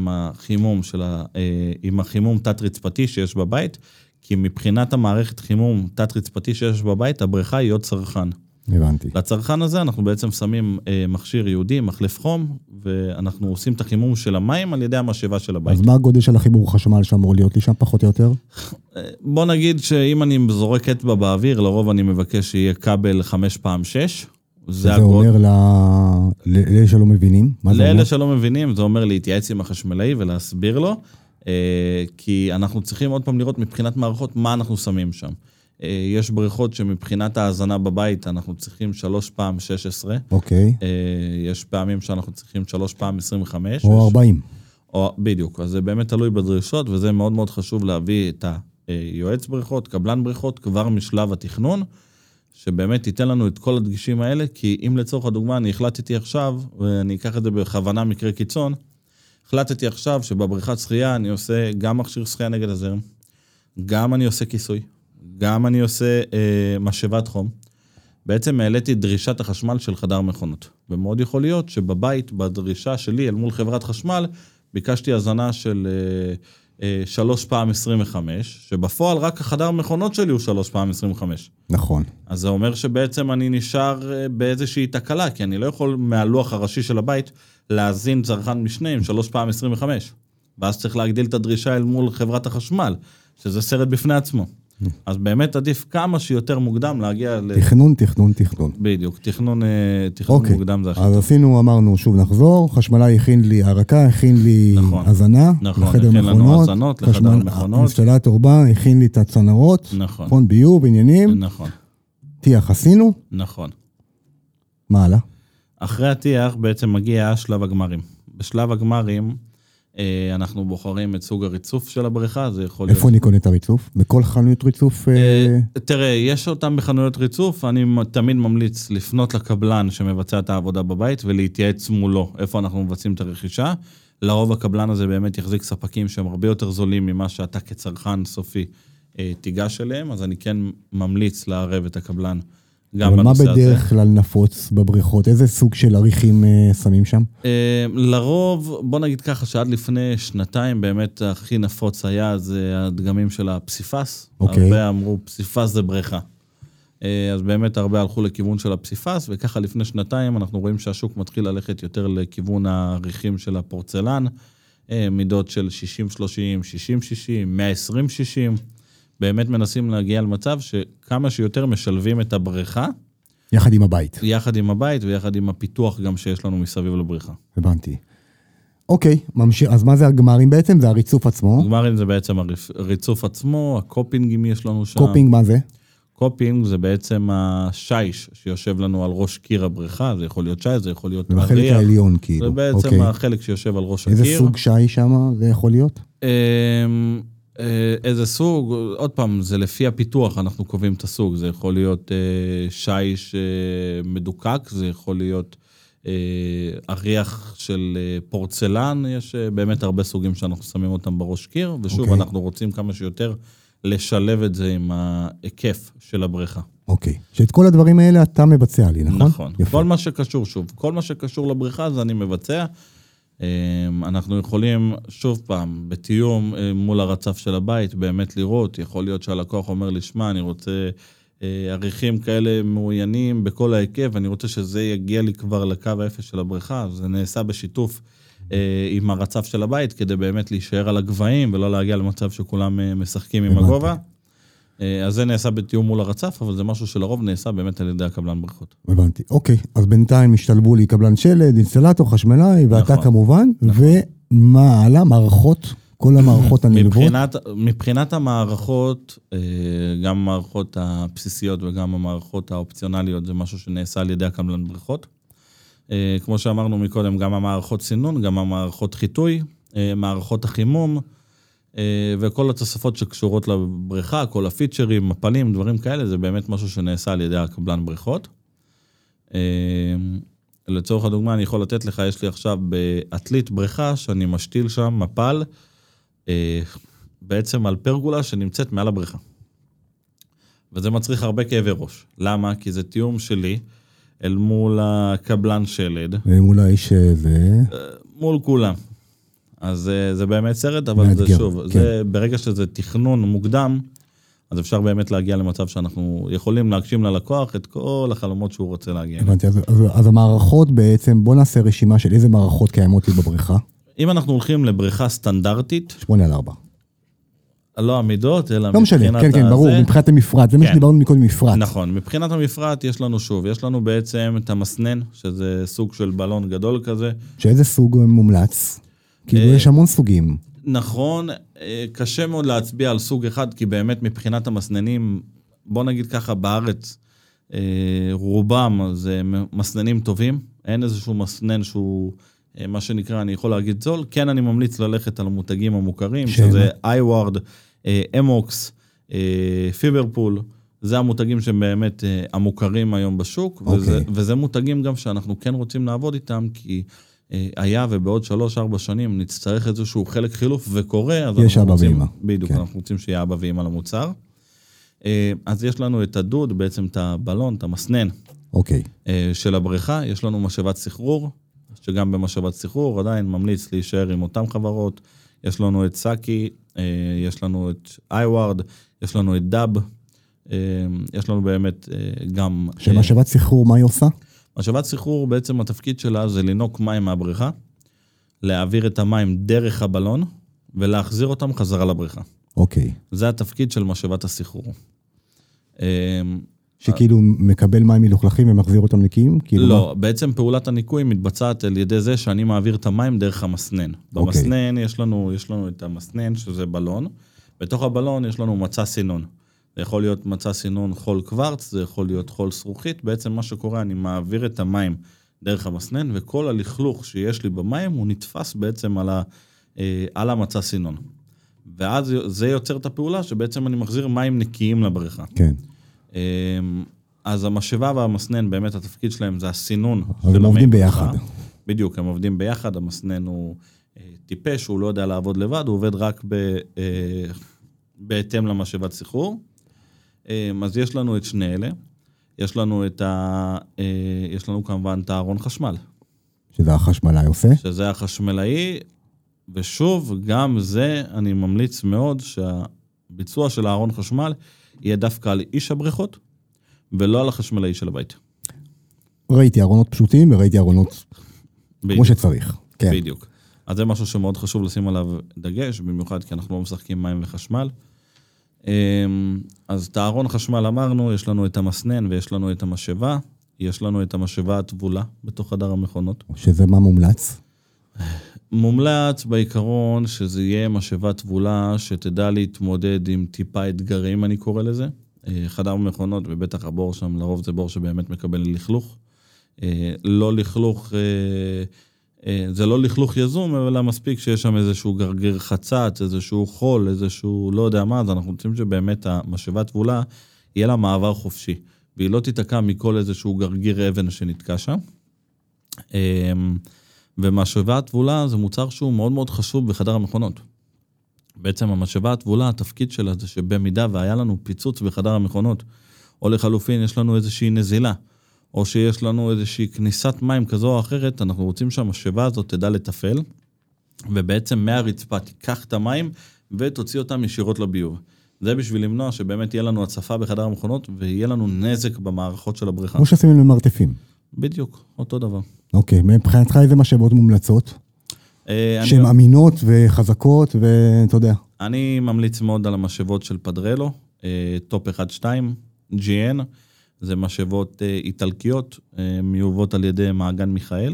עם החימום תת-רצפתי שיש בבית, כי מבחינת המערכת חימום תת-רצפתי שיש בבית, הבריכה היא עוד צרכן. הבנתי. לצרכן הזה אנחנו בעצם שמים מכשיר יהודי, מחלף חום, ואנחנו עושים את החימום של המים על ידי המשאבה של הבית. אז מה הגודל של החיבור חשמל שאמור להיות לי שם פחות או יותר? בוא נגיד שאם אני זורק אצבע באוויר, לרוב אני מבקש שיהיה כבל 5x6. זה אומר לאלה שלא מבינים? לאלה שלא מבינים, זה אומר להתייעץ עם החשמלאי ולהסביר לו, כי אנחנו צריכים עוד פעם לראות מבחינת מערכות מה אנחנו שמים שם. יש בריכות שמבחינת ההזנה בבית אנחנו צריכים 3x16. אוקיי. יש פעמים שאנחנו צריכים 3x25. או 40. בדיוק, אז זה באמת תלוי בדרישות, וזה מאוד מאוד חשוב להביא את היועץ בריכות, קבלן בריכות, כבר משלב התכנון, שבאמת ייתן לנו את כל הדגישים האלה, כי אם לצורך הדוגמה אני החלטתי עכשיו, ואני אקח את זה בכוונה מקרה קיצון, החלטתי עכשיו שבבריכת שחייה אני עושה גם מכשיר שחייה נגד הזרם, גם אני עושה כיסוי, גם אני עושה משאבת חום. בעצם העליתי דרישת החשמל של חדר מכונות. ומאוד יכול להיות שבבית, בדרישה שלי אל מול חברת חשמל, ביקשתי הזנה של 3x25, שבפועל רק החדר מכונות שלי הוא 3x25. נכון. אז זה אומר שבעצם אני נשאר באיזושהי תקלה, כי אני לא יכול מהלוח הראשי של הבית להזין צרכן משנה עם 3x25. ואז צריך להגדיל את הדרישה אל מול חברת החשמל, שזה סרט בפני עצמו. אז באמת עדיף כמה שיותר מוקדם להגיע תכנון. בדיוק, תכנון אוקיי. מוקדם זה הכי אז טוב. עשינו, אמרנו, שוב נחזור, חשמלאי הכין לי הרקה, הכין לי הזנה, נכון, לחדר הכין לנו מכונות, הזנות, לחדר מכונות. אינסטלטור בא, הכין לי את הצנרות, נכון. ביוב, עניינים, נכון. תיח עשינו, נכון. מה הלאה? אחרי התיח בעצם מגיע שלב הגמרים. בשלב הגמרים אנחנו בוחרים את סוג הריצוף של הבריכה, זה יכול להיות... איפה אני קונה את הריצוף? בכל חנויות ריצוף? תראה, יש אותם בחנויות ריצוף, אני תמיד ממליץ לפנות לקבלן שמבצע את העבודה בבית, ולהתייעץ מולו איפה אנחנו מבצעים את הרכישה. לרוב הקבלן הזה באמת יחזיק ספקים שהם הרבה יותר זולים ממה שאתה כצרכן סופי תיגש אליהם, אז אני כן ממליץ לערב את הקבלן גם בנושא הזה. אבל מה בדרך כלל נפוץ בבריכות? איזה סוג של עריכים שמים שם? לרוב, בוא נגיד ככה, שעד לפני שנתיים באמת הכי נפוץ היה, זה הדגמים של הפסיפס. הרבה אמרו, פסיפס זה בריכה. אז באמת הרבה הלכו לכיוון של הפסיפס, וככה לפני שנתיים אנחנו רואים שהשוק מתחיל ללכת יותר לכיוון העריכים של הפורצלן, מידות של 60-30, 60-60, 120-60, באמת מנסים להגיע למצב שכמה שיותר משלבים את הבריכה. יחד עם הבית. יחד עם הבית ויחד עם הפיתוח גם שיש לנו מסביב לבריכה. הבנתי. אוקיי, אז מה זה הגמרים בעצם? זה הריצוף עצמו? הגמרים זה בעצם הריצוף עצמו, הקופינגים יש לנו שם. קופינג מה זה? קופינג זה בעצם השיש שיושב לנו על ראש קיר הבריכה, זה יכול להיות שיש, זה יכול להיות מריח. בחלק העליון כאילו. זה בעצם החלק שיושב על ראש הקיר. איזה סוג שיש שם זה יכול להיות? איזה סוג, עוד פעם, זה לפי הפיתוח, אנחנו קובעים את הסוג, זה יכול להיות שיש מדוקק, זה יכול להיות אריח של פורצלן, יש באמת הרבה סוגים שאנחנו שמים אותם בראש קיר, ושוב, אנחנו רוצים כמה שיותר לשלב את זה עם ההיקף של הבריכה. אוקיי, שאת כל הדברים האלה אתה מבצע לי, נכון? נכון, כל מה שקשור, שוב, כל מה שקשור לבריכה זה אני מבצע, אנחנו יכולים שוב פעם, בתיאום מול הרצף של הבית, באמת לראות, יכול להיות שהלקוח אומר לי, שמע, אני רוצה עריכים כאלה מעוינים בכל ההיקף, אני רוצה שזה יגיע לי כבר לקו האפס של הבריכה, זה נעשה בשיתוף עם הרצף של הבית, כדי באמת להישאר על הגבהים, ולא להגיע למצב שכולם משחקים עם הגובה. אז זה נעשה בתיאום מול הרצף, אבל זה משהו שלרוב נעשה באמת על ידי הקבלן בריכות. הבנתי. אוקיי, אז בינתיים השתלבו לי קבלן שלד, אינסטלטור, חשמלאי, ואתה כמובן, ומה הלאה? מערכות, כל המערכות הנלוות? מבחינת המערכות, גם המערכות הבסיסיות וגם המערכות האופציונליות, זה משהו שנעשה על ידי הקבלן בריכות. כמו שאמרנו מקודם, גם המערכות סינון, גם המערכות חיטוי, מערכות החימום, וכל התוספות שקשורות לבריכה, כל הפיצ'רים, מפלים, דברים כאלה, זה באמת משהו שנעשה על ידי הקבלן בריכות. לצורך הדוגמה, אני יכול לתת לך, יש לי עכשיו באטלית בריכה, שאני משתיל שם מפל, בעצם על פרגולה שנמצאת מעל הבריכה. וזה מצריך הרבה כאבי ראש. למה? כי זה תיאום שלי, אל מול הקבלן שלד. ומול האיש זה? מול כולם. אז זה באמת סרט, אבל זה שוב, זה ברגע שזה תכנון מוקדם, אז אפשר באמת להגיע למצב שאנחנו יכולים להגשים ללקוח את כל החלומות שהוא רוצה להגיע. הבנתי, אז המערכות בעצם, בוא נעשה רשימה של איזה מערכות קיימות לי בבריכה. אם אנחנו הולכים לבריכה סטנדרטית, 8/4. לא עמידות, אלא לא משנה, כן, ברור, מבחינת המפרט, זה מה שדיברנו מקודם מפרט. נכון, מבחינת המפרט יש לנו שוב, יש לנו בעצם את המסנן, שזה סוג של בלון גדול כזה. שאיזה סוג מומלץ? כאילו יש המון סוגים. נכון, קשה מאוד להצביע על סוג אחד, כי באמת מבחינת המסננים, בוא נגיד ככה, בארץ, רובם זה מסננים טובים, אין איזשהו מסנן שהוא, מה שנקרא, אני יכול להגיד זול, כן אני ממליץ ללכת על המותגים המוכרים, שזה iWard, אמוקס, פיברפול, זה המותגים שהם באמת המוכרים היום בשוק, וזה מותגים גם שאנחנו כן רוצים לעבוד איתם, כי היה ובעוד 3-4 שנים נצטרך איזשהו חלק חילוף וקורה, אז יש אבא ואמא. בדיוק, אנחנו רוצים שיהיה אבא ואמא למוצר. אז יש לנו את הדוד, בעצם את הבלון, את המסנן של הבריכה, יש לנו משאבת סחרור, שגם במשאבת סחרור עדיין ממליץ להישאר עם אותם חברות, יש לנו את סאקי, יש לנו את iWard, יש לנו את דאב, יש לנו באמת גם... שמשאבת סחרור, מה היא עושה? משאבת סחרור, בעצם התפקיד שלה זה לנוק מים מהבריכה, להעביר את המים דרך הבלון, ולהחזיר אותם חזרה לבריכה. אוקיי. זה התפקיד של משאבת הסחרור. שכאילו מקבל מים מלוכלכים ומחזיר אותם נקיים? לא, בעצם פעולת הניקוי מתבצעת על ידי זה שאני מעביר את המים דרך המסנן. במסנן יש לנו את המסנן, שזה בלון. בתוך הבלון יש לנו מצע סינון. זה יכול להיות מצע סינון חול קוורץ, זה יכול להיות חול שרוכית. בעצם מה שקורה, אני מעביר את המים דרך המסנן, וכל הלכלוך שיש לי במים, הוא נתפס בעצם על המצע סינון. ואז זה יוצר את הפעולה, שבעצם אני מחזיר מים נקיים לבריכה. כן. אז המשאבה והמסנן, באמת התפקיד שלהם זה הסינון. אז הם עובדים ביחד. בדיוק, הם עובדים ביחד, המסנן הוא טיפש, הוא לא יודע לעבוד לבד, הוא עובד רק בהתאם למשאבת סחרור. אז יש לנו את שני אלה, יש לנו כמובן את הארון חשמל. שזה החשמלאי עושה? שזה החשמלאי, ושוב, גם זה אני ממליץ מאוד שהביצוע של הארון חשמל יהיה דווקא על איש הבריכות, ולא על החשמלאי של הבית. ראיתי ארונות פשוטים, וראיתי ארונות כמו שצריך. כן. בדיוק. אז זה משהו שמאוד חשוב לשים עליו דגש, במיוחד כי אנחנו לא משחקים מים וחשמל. אז את הארון חשמל אמרנו, יש לנו את המסנן ויש לנו את המשאבה, יש לנו את המשאבה הטבולה בתוך חדר המכונות. שזה מה מומלץ? מומלץ בעיקרון שזה יהיה משאבה טבולה שתדע להתמודד עם טיפה אתגרים, אני קורא לזה. חדר מכונות, ובטח הבור שם, לרוב זה בור שבאמת מקבל לכלוך. לא לכלוך, זה לא לכלוך יזום, אבל מספיק שיש שם איזשהו גרגר חצץ, איזשהו חול, איזשהו לא יודע מה, אז אנחנו רוצים שבאמת המשאבה טבולה יהיה לה מעבר חופשי, והיא לא תתקע מכל איזשהו גרגיר אבן שנתקע שם. ומשאבה הטבולה זה מוצר שהוא מאוד מאוד חשוב בחדר המכונות. בעצם המשאבה הטבולה, התפקיד שלה זה שבמידה והיה לנו פיצוץ בחדר המכונות, או לחלופין יש לנו איזושהי נזילה, או שיש לנו איזושהי כניסת מים כזו או אחרת, אנחנו רוצים שהמשאבה הזאת תדע לטפל, ובעצם מהרצפה תיקח את המים ותוציא אותם ישירות לביוב. זה בשביל למנוע שבאמת יהיה לנו הצפה בחדר המכונות, ויהיה לנו נזק במערכות של הבריכה. כמו שעשינו למרתפים. בדיוק, אותו דבר. אוקיי, מבחינתך איזה משאבות מומלצות? שהן אמינות וחזקות, ואתה יודע. אני ממליץ מאוד על המשאבות של פדרלו, טופ 1-2, GN, זה משאבות איטלקיות, מיובאות על ידי מעגן מיכאל.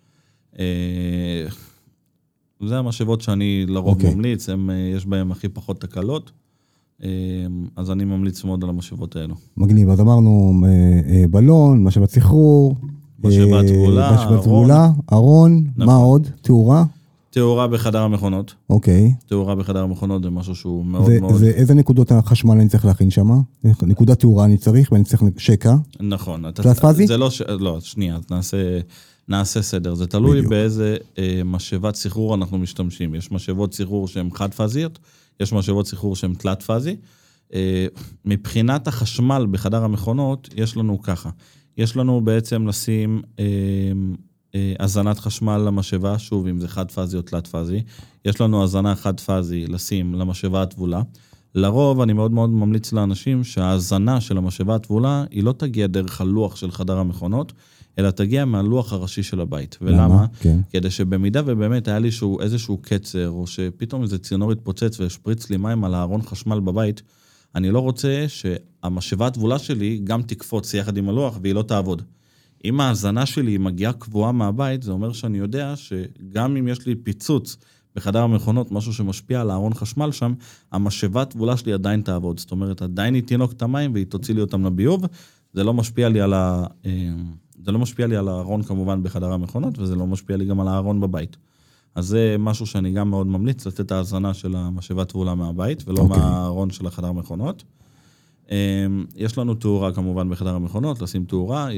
זה המשאבות שאני לרוב ממליץ, יש בהן הכי פחות תקלות, אז אני ממליץ מאוד על המשאבות האלו. מגניב, אז אמרנו בלון, משאבת סחרור, משאבת טבולה, ארון, מה עוד? תאורה? תאורה בחדר המכונות. אוקיי. תאורה בחדר המכונות זה משהו שהוא מאוד מאוד... איזה נקודות החשמל אני צריך להכין שם? נקודת תאורה אני צריך, ואני צריך שקע. נכון. תלת פאזי? לא, שנייה, נעשה סדר. זה תלוי באיזה משאבת סחרור אנחנו משתמשים. יש משאבות סחרור שהן חד פאזיות, יש משאבות סחרור שהן תלת פאזי. מבחינת החשמל בחדר המכונות, יש לנו ככה. יש לנו בעצם לשים הזנת חשמל למשאבה, שוב, אם זה חד פאזי או תלת פאזי. יש לנו הזנה חד פאזי לשים למשאבה הטבולה. לרוב, אני מאוד מאוד ממליץ לאנשים שההזנה של המשאבה הטבולה, היא לא תגיע דרך הלוח של חדר המכונות, אלא תגיע מהלוח הראשי של הבית. ולמה? כן. כדי שבמידה ובאמת היה לי איזשהו קצר, או שפתאום איזה צינור יתפוצץ והשפריץ לי מים על הארון חשמל בבית, אני לא רוצה שהמשאבה הטבולה שלי גם תקפוץ יחד עם הלוח והיא לא תעבוד. אם ההזנה שלי מגיעה קבועה מהבית, זה אומר שאני יודע שגם אם יש לי פיצוץ בחדר המכונות, משהו שמשפיע על הארון חשמל שם, המשאבה הטבולה שלי עדיין תעבוד. זאת אומרת, עדיין היא תינוק את המים והיא תוציא לי אותם לביוב. זה לא משפיע לי על הארון כמובן בחדר המכונות, וזה לא משפיע לי גם על הארון בבית. אז זה משהו שאני גם מאוד ממליץ, לתת את ההזנה של המשאבה הטבולה מהבית, ולא מהארון של החדר המכונות. יש לנו תאורה כמובן בחדר המכונות, לשים תאורה,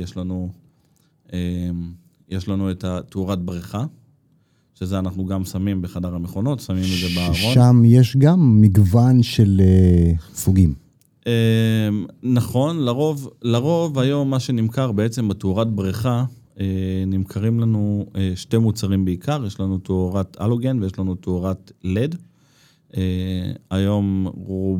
יש לנו את התאורת בריכה, שזה אנחנו גם שמים בחדר המכונות, שמים את זה בארון. שם יש גם מגוון של סוגים. נכון, לרוב היום מה שנמכר בעצם בתאורת בריכה, נמכרים לנו שתי מוצרים בעיקר, יש לנו תאורת אלוגן ויש לנו תאורת לד. היום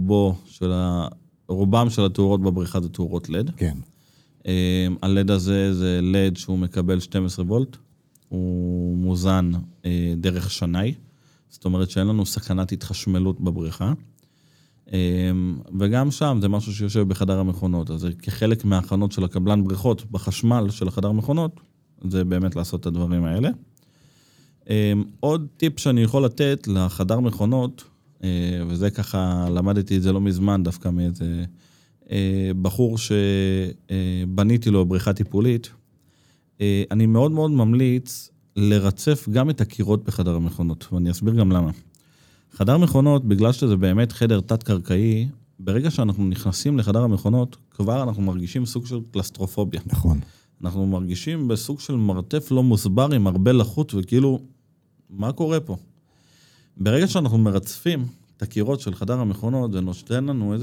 רובם של התאורות בבריכה זה תאורות לד. כן. הלד הזה זה לד שהוא מקבל 12 וולט, הוא מוזן דרך שנאי, זאת אומרת שאין לנו סכנת התחשמלות בבריכה. וגם שם זה משהו שיושב בחדר המכונות, אז זה כחלק מההכנות של הקבלן בריכות בחשמל של החדר המכונות, זה באמת לעשות את הדברים האלה. עוד טיפ שאני יכול לתת לחדר מכונות, וזה ככה, למדתי את זה לא מזמן, דווקא מאיזה בחור שבניתי לו בריכה טיפולית, אני מאוד מאוד ממליץ לרצף גם את הקירות בחדר המכונות, ואני אסביר גם למה. חדר מכונות, בגלל שזה באמת חדר תת-קרקעי, ברגע שאנחנו נכנסים לחדר המכונות, כבר אנחנו מרגישים סוג של קלסטרופוביה. נכון. אנחנו מרגישים בסוג של מרתף לא מוסבר עם הרבה לחות, וכאילו, מה קורה פה? ברגע שאנחנו מרצפים את הקירות של חדר המכונות, זה נותן לנו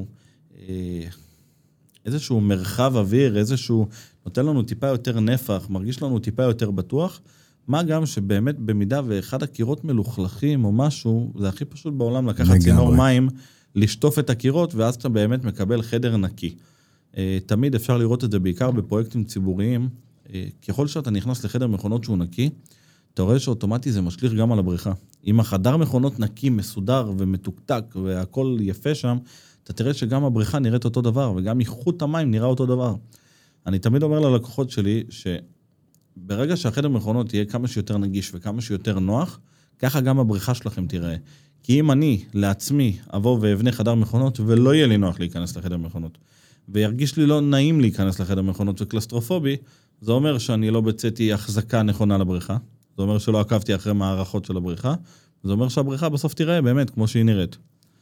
איזשהו מרחב אוויר, נותן לנו טיפה יותר נפח, מרגיש לנו טיפה יותר בטוח, מה גם שבאמת במידה ואחד הקירות מלוכלכים או משהו, זה הכי פשוט בעולם לקחת צינור מים, לשטוף את הקירות, ואז אתה באמת מקבל חדר נקי. תמיד אפשר לראות את זה בעיקר בפרויקטים ציבוריים, ככל שאתה נכנס לחדר מכונות שהוא נקי, אתה רואה שאוטומטי זה משליך גם על הבריכה. אם החדר מכונות נקי, מסודר ומתוקתק, והכל יפה שם, אתה תראה שגם הבריכה נראית אותו דבר, וגם איכות המים נראה אותו דבר. אני תמיד אומר ללקוחות שלי, שברגע שהחדר מכונות יהיה כמה שיותר נגיש וכמה שיותר נוח, ככה גם הבריכה שלכם תראה. כי אם אני לעצמי אבוא ואבנה חדר מכונות, ולא יהיה לי נוח להיכנס לחדר מכונות, וירגיש לי לא נעים להיכנס לחדר מכונות וקלסטרופובי, זה אומר שאני לא בצאתי החזקה נכונה לבריכה, זה אומר שלא עקבתי אחרי מערכות של הבריכה, זה אומר שהבריכה בסוף תראה באמת כמו שהיא נראית.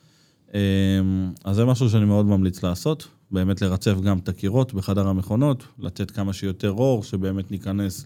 אז זה משהו שאני מאוד ממליץ לעשות, באמת לרצף גם את הקירות בחדר המכונות, לתת כמה שיותר אור, שבאמת ניכנס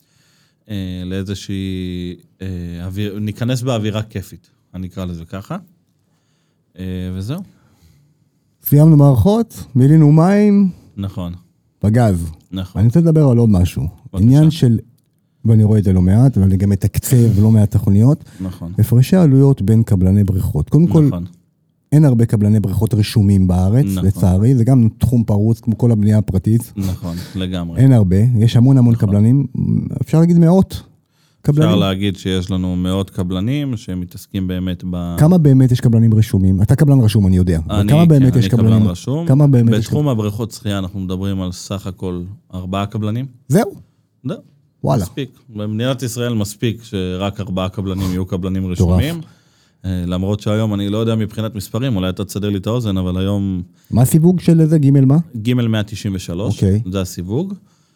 לאיזושהי, ניכנס באווירה כיפית, אני אקרא לזה ככה, וזהו. סיימנו מערכות, מילינו מים. נכון. בגז. נכון. אני רוצה לדבר על עוד משהו. עניין של, ואני רואה את זה לא מעט, ואני גם מתקצב לא מעט תכוניות. נכון. הפרשי עלויות בין קבלני בריכות. קודם כל, אין הרבה קבלני בריכות רשומים בארץ, לצערי. זה גם תחום פרוץ כמו כל הבנייה הפרטית. נכון, לגמרי. אין הרבה. יש המון קבלנים. אפשר להגיד מאות קבלנים. אפשר להגיד שיש לנו מאות קבלנים שמתעסקים באמת כמה באמת יש קבלנים רשומים? אתה קבלן רשום, אני יודע. כמה באמת יש קבלנים? קבלן רשום. בתחום הבריכות שחייה אנחנו מדברים על סך הכל 4 קבלנים. זהו? זהו. וואלה. מספיק. במדינת ישראל מספיק שרק 4 קבלנים יהיו קבלנים רשומים. למרות שהיום אני לא יודע מבחינת מספרים, אולי אתה תסדר לי את האוזן, אבל היום... מה הסיווג של איזה? ג' מה? ג' 193, זה הסיווג.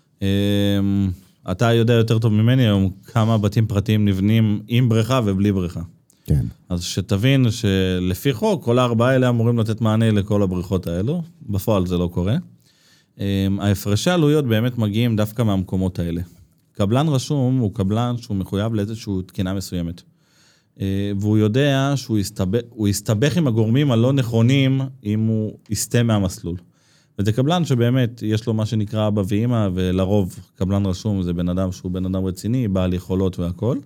אתה יודע יותר טוב ממני היום כמה בתים פרטיים נבנים עם בריכה ובלי בריכה. כן. אז שתבין שלפי חוק, כל 4 האלה אמורים לתת מענה לכל הבריכות האלו, בפועל זה לא קורה. ההפרשי עלויות באמת מגיעים דווקא מהמקומות האלה. קבלן רשום הוא קבלן שהוא מחויב לאיזושהי תקינה מסוימת. והוא יודע שהוא יסתבך עם הגורמים הלא נכונים אם הוא יסתה מהמסלול. וזה קבלן שבאמת יש לו מה שנקרא אבא ואמא, ולרוב קבלן רשום זה בן אדם שהוא בן אדם רציני, בעל יכולות והכל.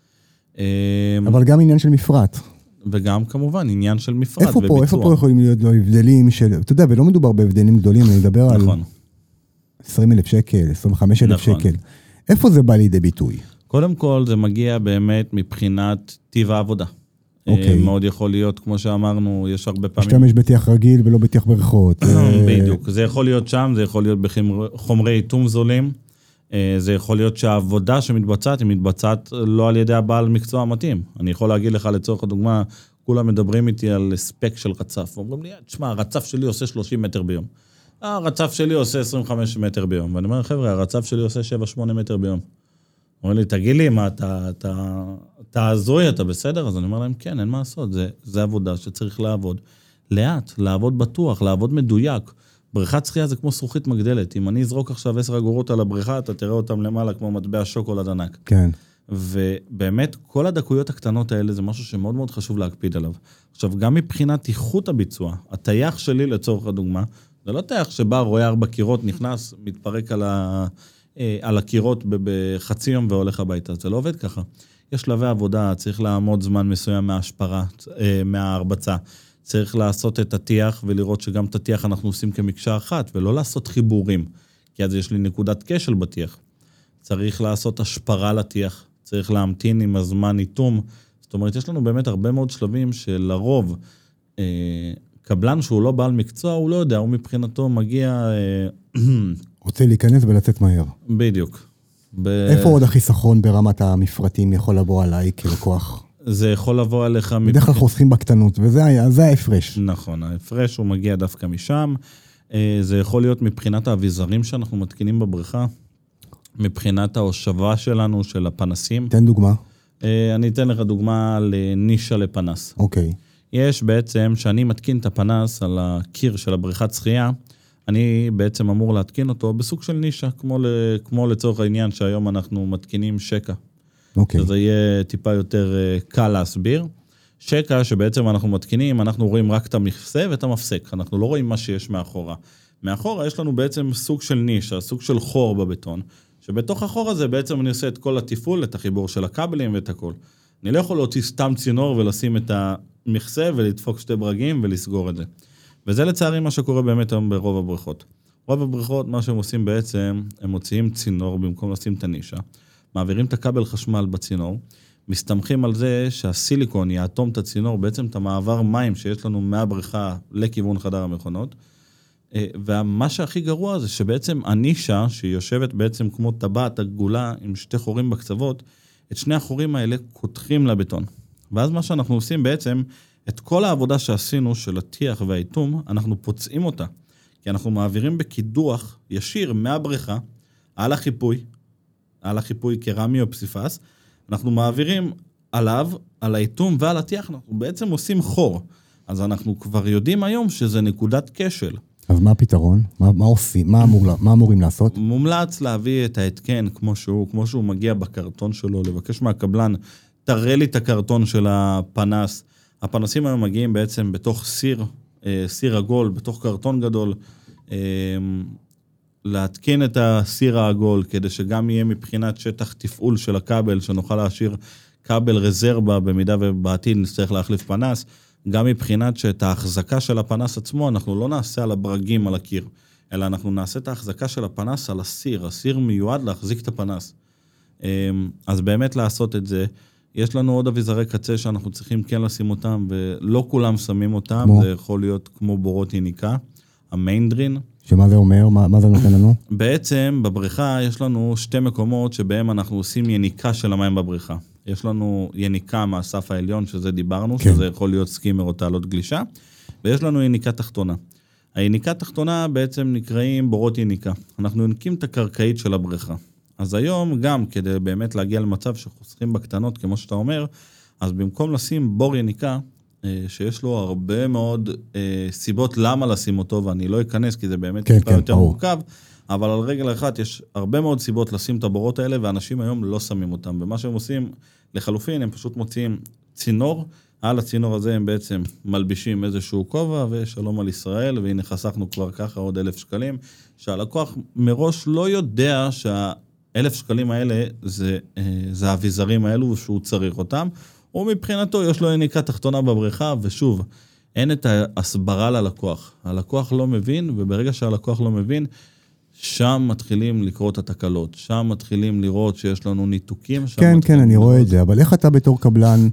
אבל גם עניין של מפרט. וגם כמובן עניין של מפרט וביצוע. איפה פה יכולים להיות לו הבדלים של, אתה יודע, ולא מדובר בהבדלים גדולים, אני מדבר על 20,000 שקל, 25,000 שקל. איפה זה בא לידי ביטוי? קודם כל זה מגיע באמת מבחינת טיב העבודה. מאוד יכול להיות, כמו שאמרנו, יש הרבה פעמים... משתמש בטיח רגיל ולא בטיח בריכות. בדיוק, זה יכול להיות שם, זה יכול להיות בחומרי איתום זולים, זה יכול להיות שהעבודה שמתבצעת, היא מתבצעת לא על ידי הבעל מקצוע מתאים. אני יכול להגיד לך לצורך הדוגמה, כולם מדברים איתי על ספק של רצף, ואומרים לי, תשמע, הרצף שלי עושה 30 מטר ביום. הרצף שלי עושה 25 מטר ביום. ואני אומר, חבר'ה, הרצף שלי עושה 7-8 מטר ביום. אומרים לי, תגיד לי, מה, אתה הזוי, אתה בסדר? אז אני אומר להם, כן, אין מה לעשות, זה עבודה שצריך לעבוד. לאט, לעבוד בטוח, לעבוד מדויק. בריכת שחייה זה כמו זכוכית מגדלת. אם אני אזרוק עכשיו 10 אגורות על הבריכה, אתה תראה אותם למעלה כמו מטבע שוקולד ענק. כן. ובאמת, כל הדקויות הקטנות האלה זה משהו שמאוד מאוד חשוב להקפיד עליו. עכשיו, גם מבחינת איכות הביצוע, הטייח שלי לצורך הדוגמה, זה לא טייח שבא, רואה 4 קירות, נכנס, מתפרק על הקירות בחצי יום והולך הביתה. זה לא עובד ככה. יש שלבי עבודה, צריך לעמוד זמן מסוים מההשפרה, מההרבצה. צריך לעשות את הטיח ולראות שגם את הטיח אנחנו עושים כמקשה אחת, ולא לעשות חיבורים, כי אז יש לי נקודת כשל בטיח. צריך לעשות השפרה לטיח, צריך להמתין עם הזמן איתום. זאת אומרת, יש לנו באמת הרבה מאוד שלבים שלרוב קבלן שהוא לא בעל מקצוע, הוא לא יודע, הוא מבחינתו מגיע... רוצה להיכנס ולצאת מהר. בדיוק. איפה עוד החיסכון ברמת המפרטים יכול לבוא עליי כלקוח? זה יכול לבוא עליך... בדרך כלל חוסכים בקטנות, וזה ההפרש. נכון, ההפרש הוא מגיע דווקא משם. זה יכול להיות מבחינת האביזרים שאנחנו מתקינים בבריכה, מבחינת ההושבה שלנו, של הפנסים. תן דוגמה. אני אתן לך דוגמה לנישה לפנס. אוקיי. יש בעצם, שאני מתקין את הפנס על הקיר של הבריכת שחייה, אני בעצם אמור להתקין אותו בסוג של נישה, כמו לצורך העניין שהיום אנחנו מתקינים שקע. אוקיי. שזה יהיה טיפה יותר קל להסביר. שקע שבעצם אנחנו מתקינים, אנחנו רואים רק את המכסה ואת המפסק. אנחנו לא רואים מה שיש מאחורה. מאחורה יש לנו בעצם סוג של נישה, סוג של חור בבטון, שבתוך החור הזה בעצם אני עושה את כל התפעול, את החיבור של הכבלים ואת הכל. אני לא יכול להוציא סתם צינור ולשים את המכסה ולדפוק שתי ברגים ולסגור את זה. וזה לצערי מה שקורה באמת היום ברוב הבריכות. רוב הבריכות, מה שהם עושים בעצם, הם מוציאים צינור במקום לשים את הנישה, מעבירים את הכבל חשמל בצינור, מסתמכים על זה שהסיליקון יאטום את הצינור, בעצם את המעבר מים שיש לנו מהבריכה לכיוון חדר המכונות, ומה שהכי גרוע זה שבעצם הנישה, שהיא יושבת בעצם כמו טבעת עגולה עם שתי חורים בקצוות, את שני החורים האלה קותחים לבטון. ואז מה שאנחנו עושים בעצם, את כל העבודה שעשינו של הטיח והאיתום, אנחנו פוצעים אותה. כי אנחנו מעבירים בקידוח ישיר מהבריכה, על החיפוי קרמי או פסיפס, אנחנו מעבירים עליו, על האיתום ועל הטיח, אנחנו בעצם עושים חור. אז אנחנו כבר יודעים היום שזה נקודת כשל. אז מה הפתרון? מה עושים? מה אמורים לעשות? מומלץ להביא את ההתקן כמו שהוא מגיע בקרטון שלו, לבקש מהקבלן, תראה לי את הקרטון של הפנס. הפנסים היום מגיעים בעצם בתוך סיר עגול, בתוך קרטון גדול, להתקין את הסיר העגול, כדי שגם יהיה מבחינת שטח תפעול של הכבל, שנוכל להשאיר כבל רזרבה, במידה ובעתיד נצטרך להחליף פנס, גם מבחינת שאת ההחזקה של הפנס עצמו, אנחנו לא נעשה על הברגים, על הקיר, אלא אנחנו נעשה את ההחזקה של הפנס על הסיר. הסיר מיועד להחזיק את הפנס. אז באמת לעשות את זה, יש לנו עוד אביזרי קצה שאנחנו צריכים כן לשים אותם, ולא כולם שמים אותם, זה יכול להיות כמו בורות יניקה, המיינדרין. שמה זה אומר? מה זה נותן לנו? בעצם בבריכה יש לנו שתי מקומות שבהם אנחנו עושים יניקה של המים בבריכה. יש לנו יניקה מהסף העליון, שזה דיברנו, כן. שזה יכול להיות סקימר או תעלות גלישה, ויש לנו יניקה תחתונה. היניקה תחתונה בעצם נקראים בורות יניקה. אנחנו ינקים את הקרקעית של הבריכה. אז היום גם כדי באמת להגיע למצב שחוסכים בקטנות, כמו שאתה אומר, אז במקום לשים בור יניקה, שיש לו הרבה מאוד סיבות למה לשים אותו, ואני לא אכנס כי זה באמת יותר מורכב, אבל על רגל אחת יש הרבה מאוד סיבות לשים את הבורות האלה, ואנשים היום לא שמים אותם. ומה שהם עושים לחלופין, הם פשוט מוציאים צינור, על הצינור הזה הם בעצם מלבישים איזשהו כובע, ושלום על ישראל, והנה חסכנו כבר ככה עוד 1,000 שקלים, שהלקוח מראש לא יודע שה1,000 שקלים האלה זה האביזרים האלו, שהוא צריך אותם, ומבחינתו יש לו יניקה תחתונה בבריכה, ושוב, אין את ההסברה ללקוח. הלקוח לא מבין, וברגע שהלקוח לא מבין, שם מתחילים לקרוא את התקלות, שם מתחילים לראות שיש לנו ניתוקים. כן, אני רואה את זה, אבל איך אתה בתור קבלן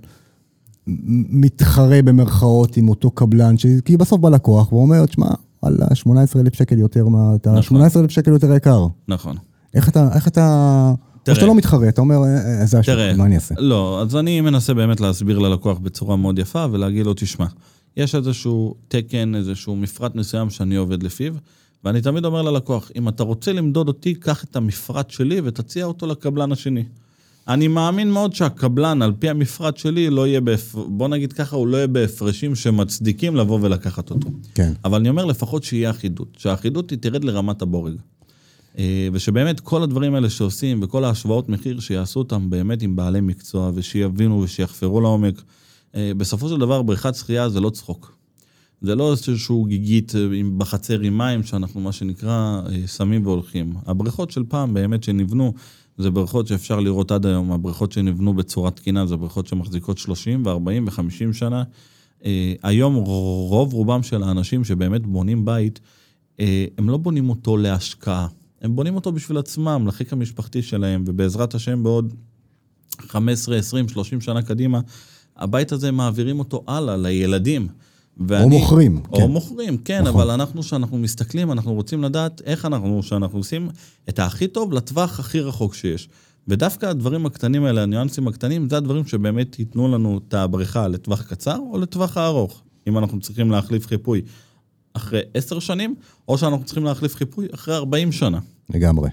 מתחרה במרכאות עם אותו קבלן, כי בסוף בא לקוח, והוא אומר, תשמע, על 18,000 שקל יותר, 18,000 שקל יותר יקר. נכון. איך אתה... או שאתה לא מתחרה, אתה אומר, זה השקל, מה אני אעשה? לא, אז אני מנסה באמת להסביר ללקוח בצורה מאוד יפה, ולהגיד לו, תשמע, יש איזשהו תקן, איזשהו מפרט מסוים שאני עובד לפיו, ואני תמיד אומר ללקוח, אם אתה רוצה למדוד אותי, קח את המפרט שלי ותציע אותו לקבלן השני. אני מאמין מאוד שהקבלן, על פי המפרט שלי, לא יהיה בוא נגיד ככה, הוא לא יהיה בהפרשים שמצדיקים לבוא ולקחת אותו. כן. אבל אני אומר לפחות שיהיה אחידות, שהאחידות תרד לרמת הבורג. ושבאמת כל הדברים האלה שעושים, וכל ההשוואות מחיר שיעשו אותם באמת עם בעלי מקצוע, ושיבינו ושיחפרו לעומק, בסופו של דבר בריכת שחייה זה לא צחוק. זה לא איזשהו גיגית בחצר עם מים, שאנחנו מה שנקרא שמים והולכים. הבריכות של פעם באמת שנבנו, זה בריכות שאפשר לראות עד היום, הבריכות שנבנו בצורה תקינה, זה בריכות שמחזיקות 30 ו-40 ו-50 שנה. היום רוב רובם של האנשים שבאמת בונים בית, הם לא בונים אותו להשקעה. הם בונים אותו בשביל עצמם, לחיק המשפחתי שלהם, ובעזרת השם בעוד 15, 20, 30 שנה קדימה, הבית הזה מעבירים אותו הלאה לילדים. או מוכרים. או מוכרים, כן, אבל אנחנו, שאנחנו מסתכלים, אנחנו רוצים לדעת איך שאנחנו עושים את הכי טוב לטווח הכי רחוק שיש. ודווקא הדברים הקטנים האלה, הניואנסים הקטנים, זה הדברים שבאמת ייתנו לנו את הבריחה לטווח קצר או לטווח הארוך. אם אנחנו צריכים להחליף חיפוי אחרי 10 שנים, או שאנחנו צריכים להחליף חיפוי אחרי 40 שנה. לגמרי.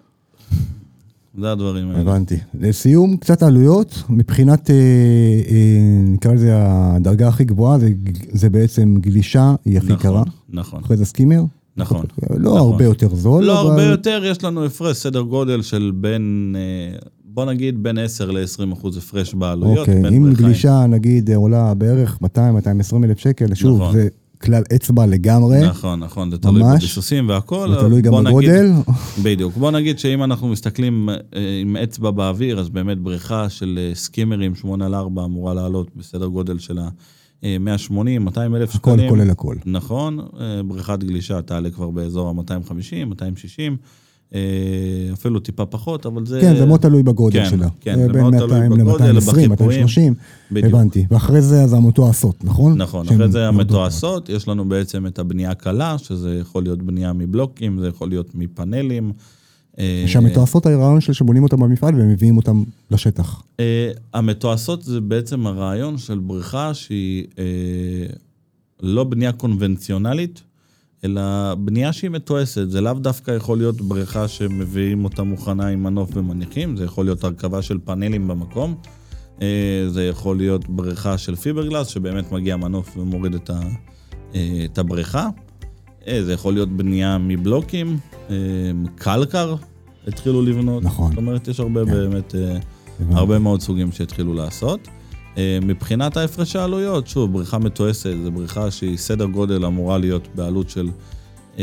זה הדברים האלה. הבנתי. לסיום, קצת עלויות, מבחינת, נקרא לזה, הדרגה הכי גבוהה, זה בעצם גלישה, היא הכי קרה. נכון. אחרי זה סקימר. נכון. לא הרבה יותר זול. לא הרבה יותר, יש לנו הפרש, סדר גודל של בוא נגיד בין 10 ל-20% הפרש בעלויות. אוקיי, אם גלישה נגיד עולה בערך 200-220 אלף שקל, שוב, זה כלל אצבע לגמרי. נכון, זה תלוי בביסוסים והכל. זה תלוי גם בגודל. בדיוק, בוא נגיד שאם אנחנו מסתכלים עם אצבע באוויר, אז באמת בריכה של סקימרים 8x4 אמורה לעלות בסדר גודל של 180, 200 אלף שקלים. הכל כולל הכל. נכון, בריכת גלישה תעלה כבר באזור ה-250, 260, אפילו טיפה פחות, אבל זה... כן, זה מאוד תלוי בגודל שלה. כן, זה מאוד תלוי בגודל, ל-220, 230, הבנתי. ואחרי זה אז המתועשות, נכון? נכון, אחרי זה המתועשות, יש לנו בעצם את הבנייה קלה, שזה יכול להיות בנייה מבלוקים, זה יכול להיות מפאנלים. שהמתועשות הרעיון של שבונים אותם במפעל והם מביאים אותם לשטח. המתועשות זה בעצם הרעיון של בריכה שהיא לא בנייה קונבנציונלית, אלא בנייה שהיא מתועסת. זה לאו דווקא יכול להיות בריכה שמביאים אותה מוכנה עם מנוף ומניחים, זה יכול להיות הרכבה של פאנלים במקום, זה יכול להיות בריכה של פיברגלס, שבאמת מגיע מנוף ומוריד את הבריכה, זה יכול להיות בנייה מבלוקים, קלקר התחילו לבנות. נכון. זאת אומרת, יש הרבה באמת, הרבה מאוד סוגים שהתחילו לעשות. מבחינת ההפרש העלויות, שוב, בריכה מתועסת, זו בריכה שהיא סדר גודל אמורה להיות בעלות של 50-60%.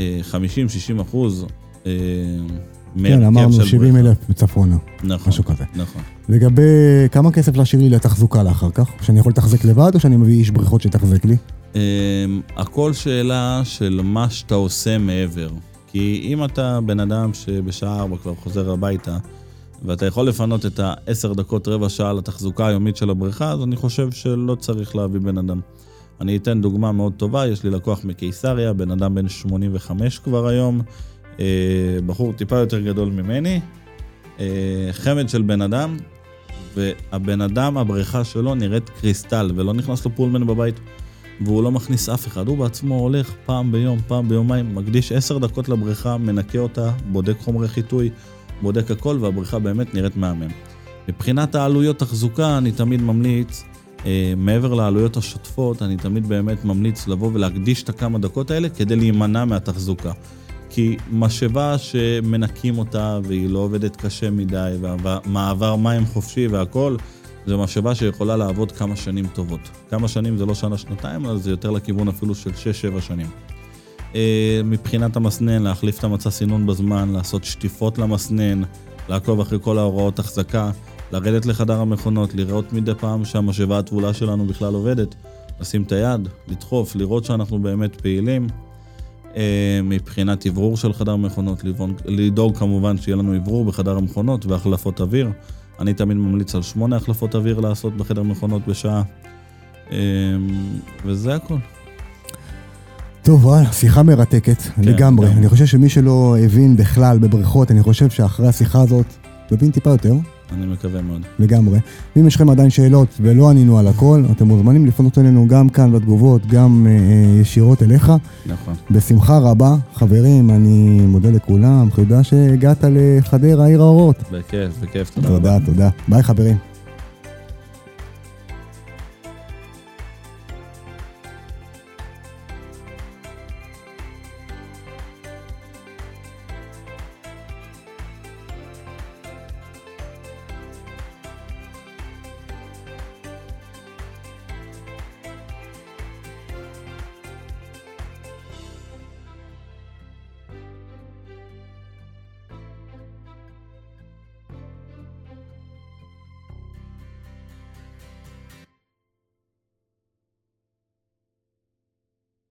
כן, אמרנו 70 אלף בצפונה. נכון, משהו כזה. נכון. לגבי כמה כסף להשאיר לי לתחזוקה לאחר כך? שאני יכול לתחזק לבד או שאני מביא איש בריכות שתחזק לי? הכל שאלה של מה שאתה עושה מעבר. כי אם אתה בן אדם שבשעה 4 כבר חוזר הביתה, ואתה יכול לפנות את 10 דקות, רבע שעה לתחזוקה היומית של הבריכה, אז אני חושב שלא צריך להביא בן אדם. אני אתן דוגמה מאוד טובה, יש לי לקוח מקיסריה, בן אדם בן 85 כבר היום, בחור טיפה יותר גדול ממני, חמד של בן אדם, והבן אדם, הבריכה שלו נראית קריסטל, ולא נכנס לו פולמן בבית, והוא לא מכניס אף אחד, הוא בעצמו הולך פעם ביום, פעם ביומיים, מקדיש 10 דקות לבריכה, מנקה אותה, בודק חומרי חיטוי, בודק הכל, והבריכה באמת נראית מהמם. מבחינת העלויות תחזוקה, אני תמיד ממליץ, מעבר לעלויות השוטפות, אני תמיד באמת ממליץ לבוא ולהקדיש את הכמה דקות האלה, כדי להימנע מהתחזוקה. כי משאבה שמנקים אותה, והיא לא עובדת קשה מדי, ומעבר מים חופשי והכל, זו משאבה שיכולה לעבוד כמה שנים טובות. כמה שנים זה לא שנה, שנתיים, אבל זה יותר לכיוון אפילו של 6-7 שנים. מבחינת המסנן, להחליף את המצע סינון בזמן, לעשות שטיפות למסנן, לעקוב אחרי כל ההוראות החזקה, לרדת לחדר המכונות, לראות מדי פעם שהמשאבה התבולה שלנו בכלל עובדת, לשים את היד, לדחוף, לראות שאנחנו באמת פעילים. מבחינת עברור של חדר מכונות, לדאוג כמובן שיהיה לנו עברור בחדר המכונות והחלפות אוויר. אני תמיד ממליץ על 8 החלפות אוויר לעשות בחדר מכונות בשעה. וזה הכל. טוב, שיחה מרתקת, לגמרי. אני חושב שמי שלא הבין בכלל בבריכות, אני חושב שאחרי השיחה הזאת, תבין טיפה יותר. אני מקווה מאוד. לגמרי. אם יש לכם עדיין שאלות ולא ענינו על הכל, אתם מוזמנים לפנות אלינו גם כאן בתגובות, גם ישירות אליך. נכון. בשמחה רבה, חברים, אני מודה לכולם. תודה שהגעת לחדרה, עיר האורות. בכיף, תודה. ביי חברים.